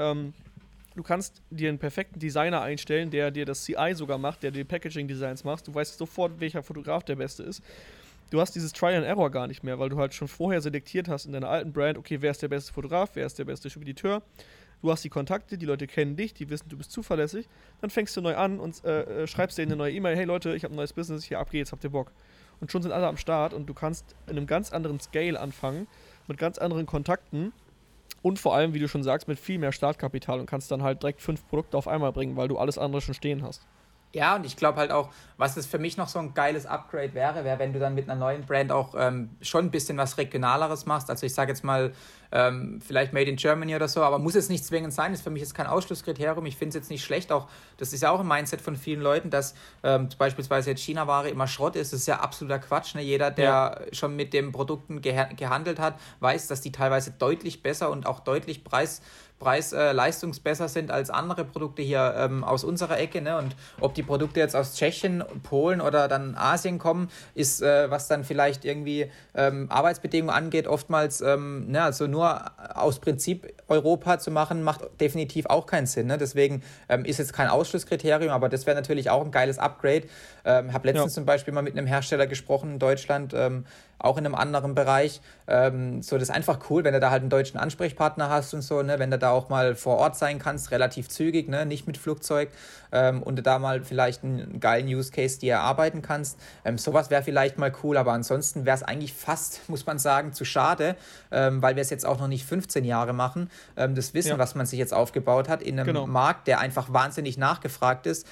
Du kannst dir einen perfekten Designer einstellen, der dir das CI sogar macht, der dir Packaging-Designs macht. Du weißt sofort, welcher Fotograf der Beste ist. Du hast dieses Try and Error gar nicht mehr, weil du halt schon vorher selektiert hast in deiner alten Brand, okay, wer ist der beste Fotograf, wer ist der beste Spediteur. Du hast die Kontakte, die Leute kennen dich, die wissen, du bist zuverlässig. Dann fängst du neu an und schreibst denen eine neue E-Mail, hey Leute, ich habe ein neues Business, hier ab geht's, habt ihr Bock? Und schon sind alle am Start und du kannst in einem ganz anderen Scale anfangen, mit ganz anderen Kontakten und vor allem, wie du schon sagst, mit viel mehr Startkapital und kannst dann halt direkt 5 Produkte auf einmal bringen, weil du alles andere schon stehen hast. Ja, und ich glaube halt auch, was das für mich noch so ein geiles Upgrade wäre, wenn du dann mit einer neuen Brand auch schon ein bisschen was Regionaleres machst. Also ich sage jetzt mal, vielleicht Made in Germany oder so, aber muss jetzt nicht zwingend sein, ist für mich jetzt kein Ausschlusskriterium. Ich finde es jetzt nicht schlecht, auch das ist ja auch ein Mindset von vielen Leuten, dass beispielsweise jetzt China-Ware immer Schrott ist. Das ist ja absoluter Quatsch. Ne? Jeder, der schon mit den Produkten gehandelt hat, weiß, dass die teilweise deutlich besser und auch deutlich preis-leistungsbesser sind als andere Produkte hier aus unserer Ecke. Ne? Und ob die Produkte jetzt aus Tschechien, Polen oder dann Asien kommen, ist, was dann vielleicht irgendwie Arbeitsbedingungen angeht, oftmals, also nur aus Prinzip Europa zu machen, macht definitiv auch keinen Sinn. Ne? Deswegen ist jetzt kein Ausschlusskriterium, aber das wäre natürlich auch ein geiles Upgrade. Habe letztens zum Beispiel mal mit einem Hersteller gesprochen in Deutschland, auch in einem anderen Bereich. So, das ist einfach cool, wenn du da halt einen deutschen Ansprechpartner hast und so, ne? Wenn du da auch mal vor Ort sein kannst, relativ zügig, ne? Nicht mit Flugzeug und du da mal vielleicht einen geilen Use Case dir erarbeiten kannst. Sowas wäre vielleicht mal cool, aber ansonsten wäre es eigentlich fast, muss man sagen, zu schade, weil wir es jetzt auch noch nicht 15 Jahre machen. Das Wissen, was man sich jetzt aufgebaut hat, in einem Markt, der einfach wahnsinnig nachgefragt ist,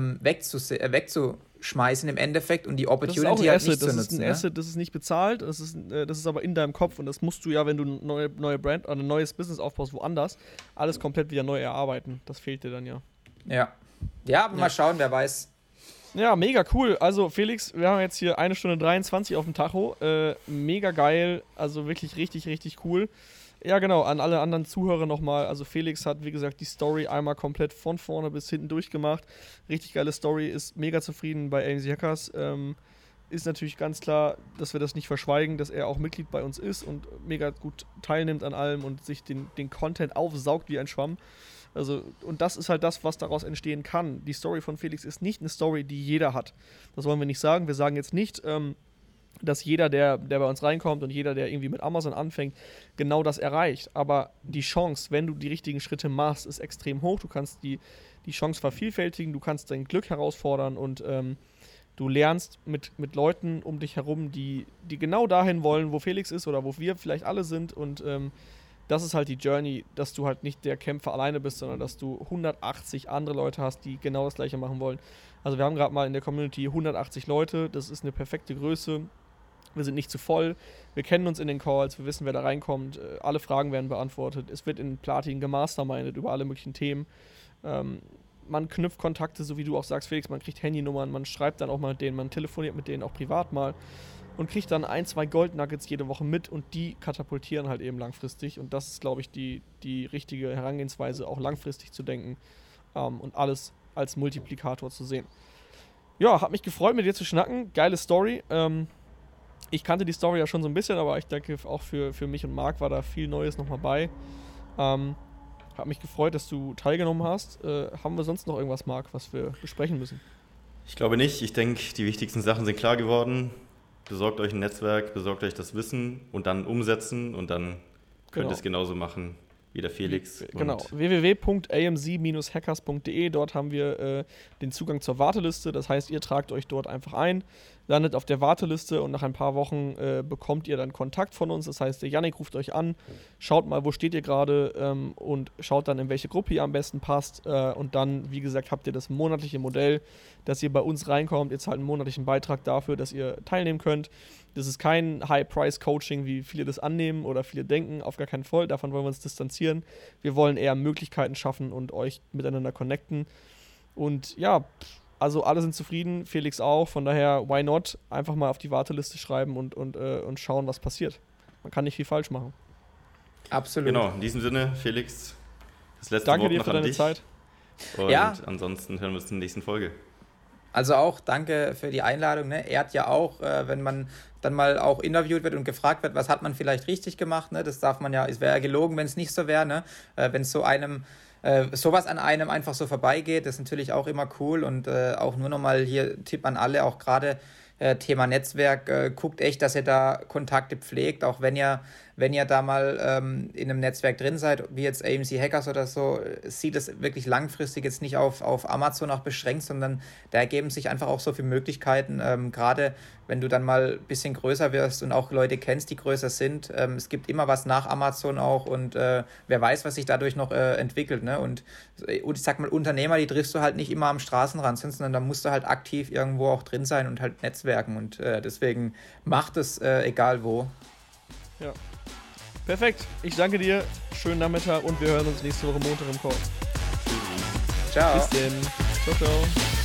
wegzuschmeißen im Endeffekt und die Opportunity halt nicht zu nutzen. Das ist ein Asset, das ist nicht bezahlt, das ist aber in deinem Kopf und das musst du ja, wenn du eine neue Brand oder ein neues Business aufbaust, woanders, alles komplett wieder neu erarbeiten. Das fehlt dir dann ja. Ja, aber mal schauen, wer weiß. Ja, mega cool. Also Felix, wir haben jetzt hier 1 Stunde 23 auf dem Tacho. Mega geil, also wirklich richtig, richtig cool. Ja, genau, an alle anderen Zuhörer nochmal. Also Felix hat, wie gesagt, die Story einmal komplett von vorne bis hinten durchgemacht. Richtig geile Story, ist mega zufrieden bei AMZ Hackers. Ist natürlich ganz klar, dass wir das nicht verschweigen, dass er auch Mitglied bei uns ist und mega gut teilnimmt an allem und sich den Content aufsaugt wie ein Schwamm. Also, und das ist halt das, was daraus entstehen kann. Die Story von Felix ist nicht eine Story, die jeder hat. Das wollen wir nicht sagen. Wir sagen jetzt nicht, dass jeder, der bei uns reinkommt und jeder, der irgendwie mit Amazon anfängt, genau das erreicht. Aber die Chance, wenn du die richtigen Schritte machst, ist extrem hoch. Du kannst die Chance vervielfältigen, du kannst dein Glück herausfordern und du lernst mit Leuten um dich herum, die genau dahin wollen, wo Felix ist oder wo wir vielleicht alle sind. Und das ist halt die Journey, dass du halt nicht der Kämpfer alleine bist, sondern dass du 180 andere Leute hast, die genau das Gleiche machen wollen. Also wir haben gerade mal in der Community 180 Leute, das ist eine perfekte Größe. Wir sind nicht zu voll, wir kennen uns in den Calls, wir wissen, wer da reinkommt, alle Fragen werden beantwortet, es wird in Platin gemastermindet über alle möglichen Themen. Man knüpft Kontakte, so wie du auch sagst, Felix, man kriegt Handynummern, man schreibt dann auch mal mit denen, man telefoniert mit denen auch privat mal und kriegt dann 1, 2 Gold-Nuggets jede Woche mit und die katapultieren halt eben langfristig und das ist, glaube ich, die richtige Herangehensweise, auch langfristig zu denken und alles als Multiplikator zu sehen. Ja, hat mich gefreut, mit dir zu schnacken, geile Story. Ich kannte die Story ja schon so ein bisschen, aber ich denke auch für mich und Marc war da viel Neues nochmal bei. Hat mich gefreut, dass du teilgenommen hast. Haben wir sonst noch irgendwas, Marc, was wir besprechen müssen? Ich glaube nicht. Ich denke, die wichtigsten Sachen sind klar geworden. Besorgt euch ein Netzwerk, besorgt euch das Wissen und dann umsetzen und dann könnt ihr es genauso machen wie der Felix. Genau, www.amz-hackers.de, dort haben wir den Zugang zur Warteliste, das heißt, ihr tragt euch dort einfach ein, landet auf der Warteliste und nach ein paar Wochen bekommt ihr dann Kontakt von uns, das heißt, der Yannick ruft euch an, schaut mal, wo steht ihr gerade und schaut dann, in welche Gruppe ihr am besten passt und dann, wie gesagt, habt ihr das monatliche Modell, dass ihr bei uns reinkommt, ihr zahlt einen monatlichen Beitrag dafür, dass ihr teilnehmen könnt. Das ist kein High-Price-Coaching, wie viele das annehmen oder viele denken, auf gar keinen Fall. Davon wollen wir uns distanzieren. Wir wollen eher Möglichkeiten schaffen und euch miteinander connecten. Und ja, also alle sind zufrieden, Felix auch. Von daher, why not? Einfach mal auf die Warteliste schreiben und schauen, was passiert. Man kann nicht viel falsch machen. Absolut. Genau, in diesem Sinne, Felix, das letzte Danke Wort dir noch für an deine dich. Zeit. Und Ja. ansonsten hören wir uns in der nächsten Folge. Also auch danke für die Einladung. Ne? Ehrt ja auch, wenn man dann mal auch interviewt wird und gefragt wird, was hat man vielleicht richtig gemacht. Ne? Das darf man ja, es wäre ja gelogen, wenn es nicht so wäre. Ne? Wenn es sowas an einem einfach so vorbeigeht, das ist natürlich auch immer cool. Und auch nur nochmal hier Tipp an alle, auch gerade Thema Netzwerk, guckt echt, dass ihr da Kontakte pflegt, auch wenn ihr da mal in einem Netzwerk drin seid, wie jetzt AMZ Hackers oder so, sieht es wirklich langfristig jetzt nicht auf Amazon auch beschränkt, sondern da ergeben sich einfach auch so viele Möglichkeiten, gerade wenn du dann mal ein bisschen größer wirst und auch Leute kennst, die größer sind. Es gibt immer was nach Amazon auch und wer weiß, was sich dadurch noch entwickelt. Ne? Und ich sag mal, Unternehmer, die triffst du halt nicht immer am Straßenrand, sondern da musst du halt aktiv irgendwo auch drin sein und halt netzwerken und deswegen macht es egal wo. Ja. Perfekt. Ich danke dir. Schönen Nachmittag und wir hören uns nächste Woche Montag im Call. Ciao. Bis denn. Ciao, ciao.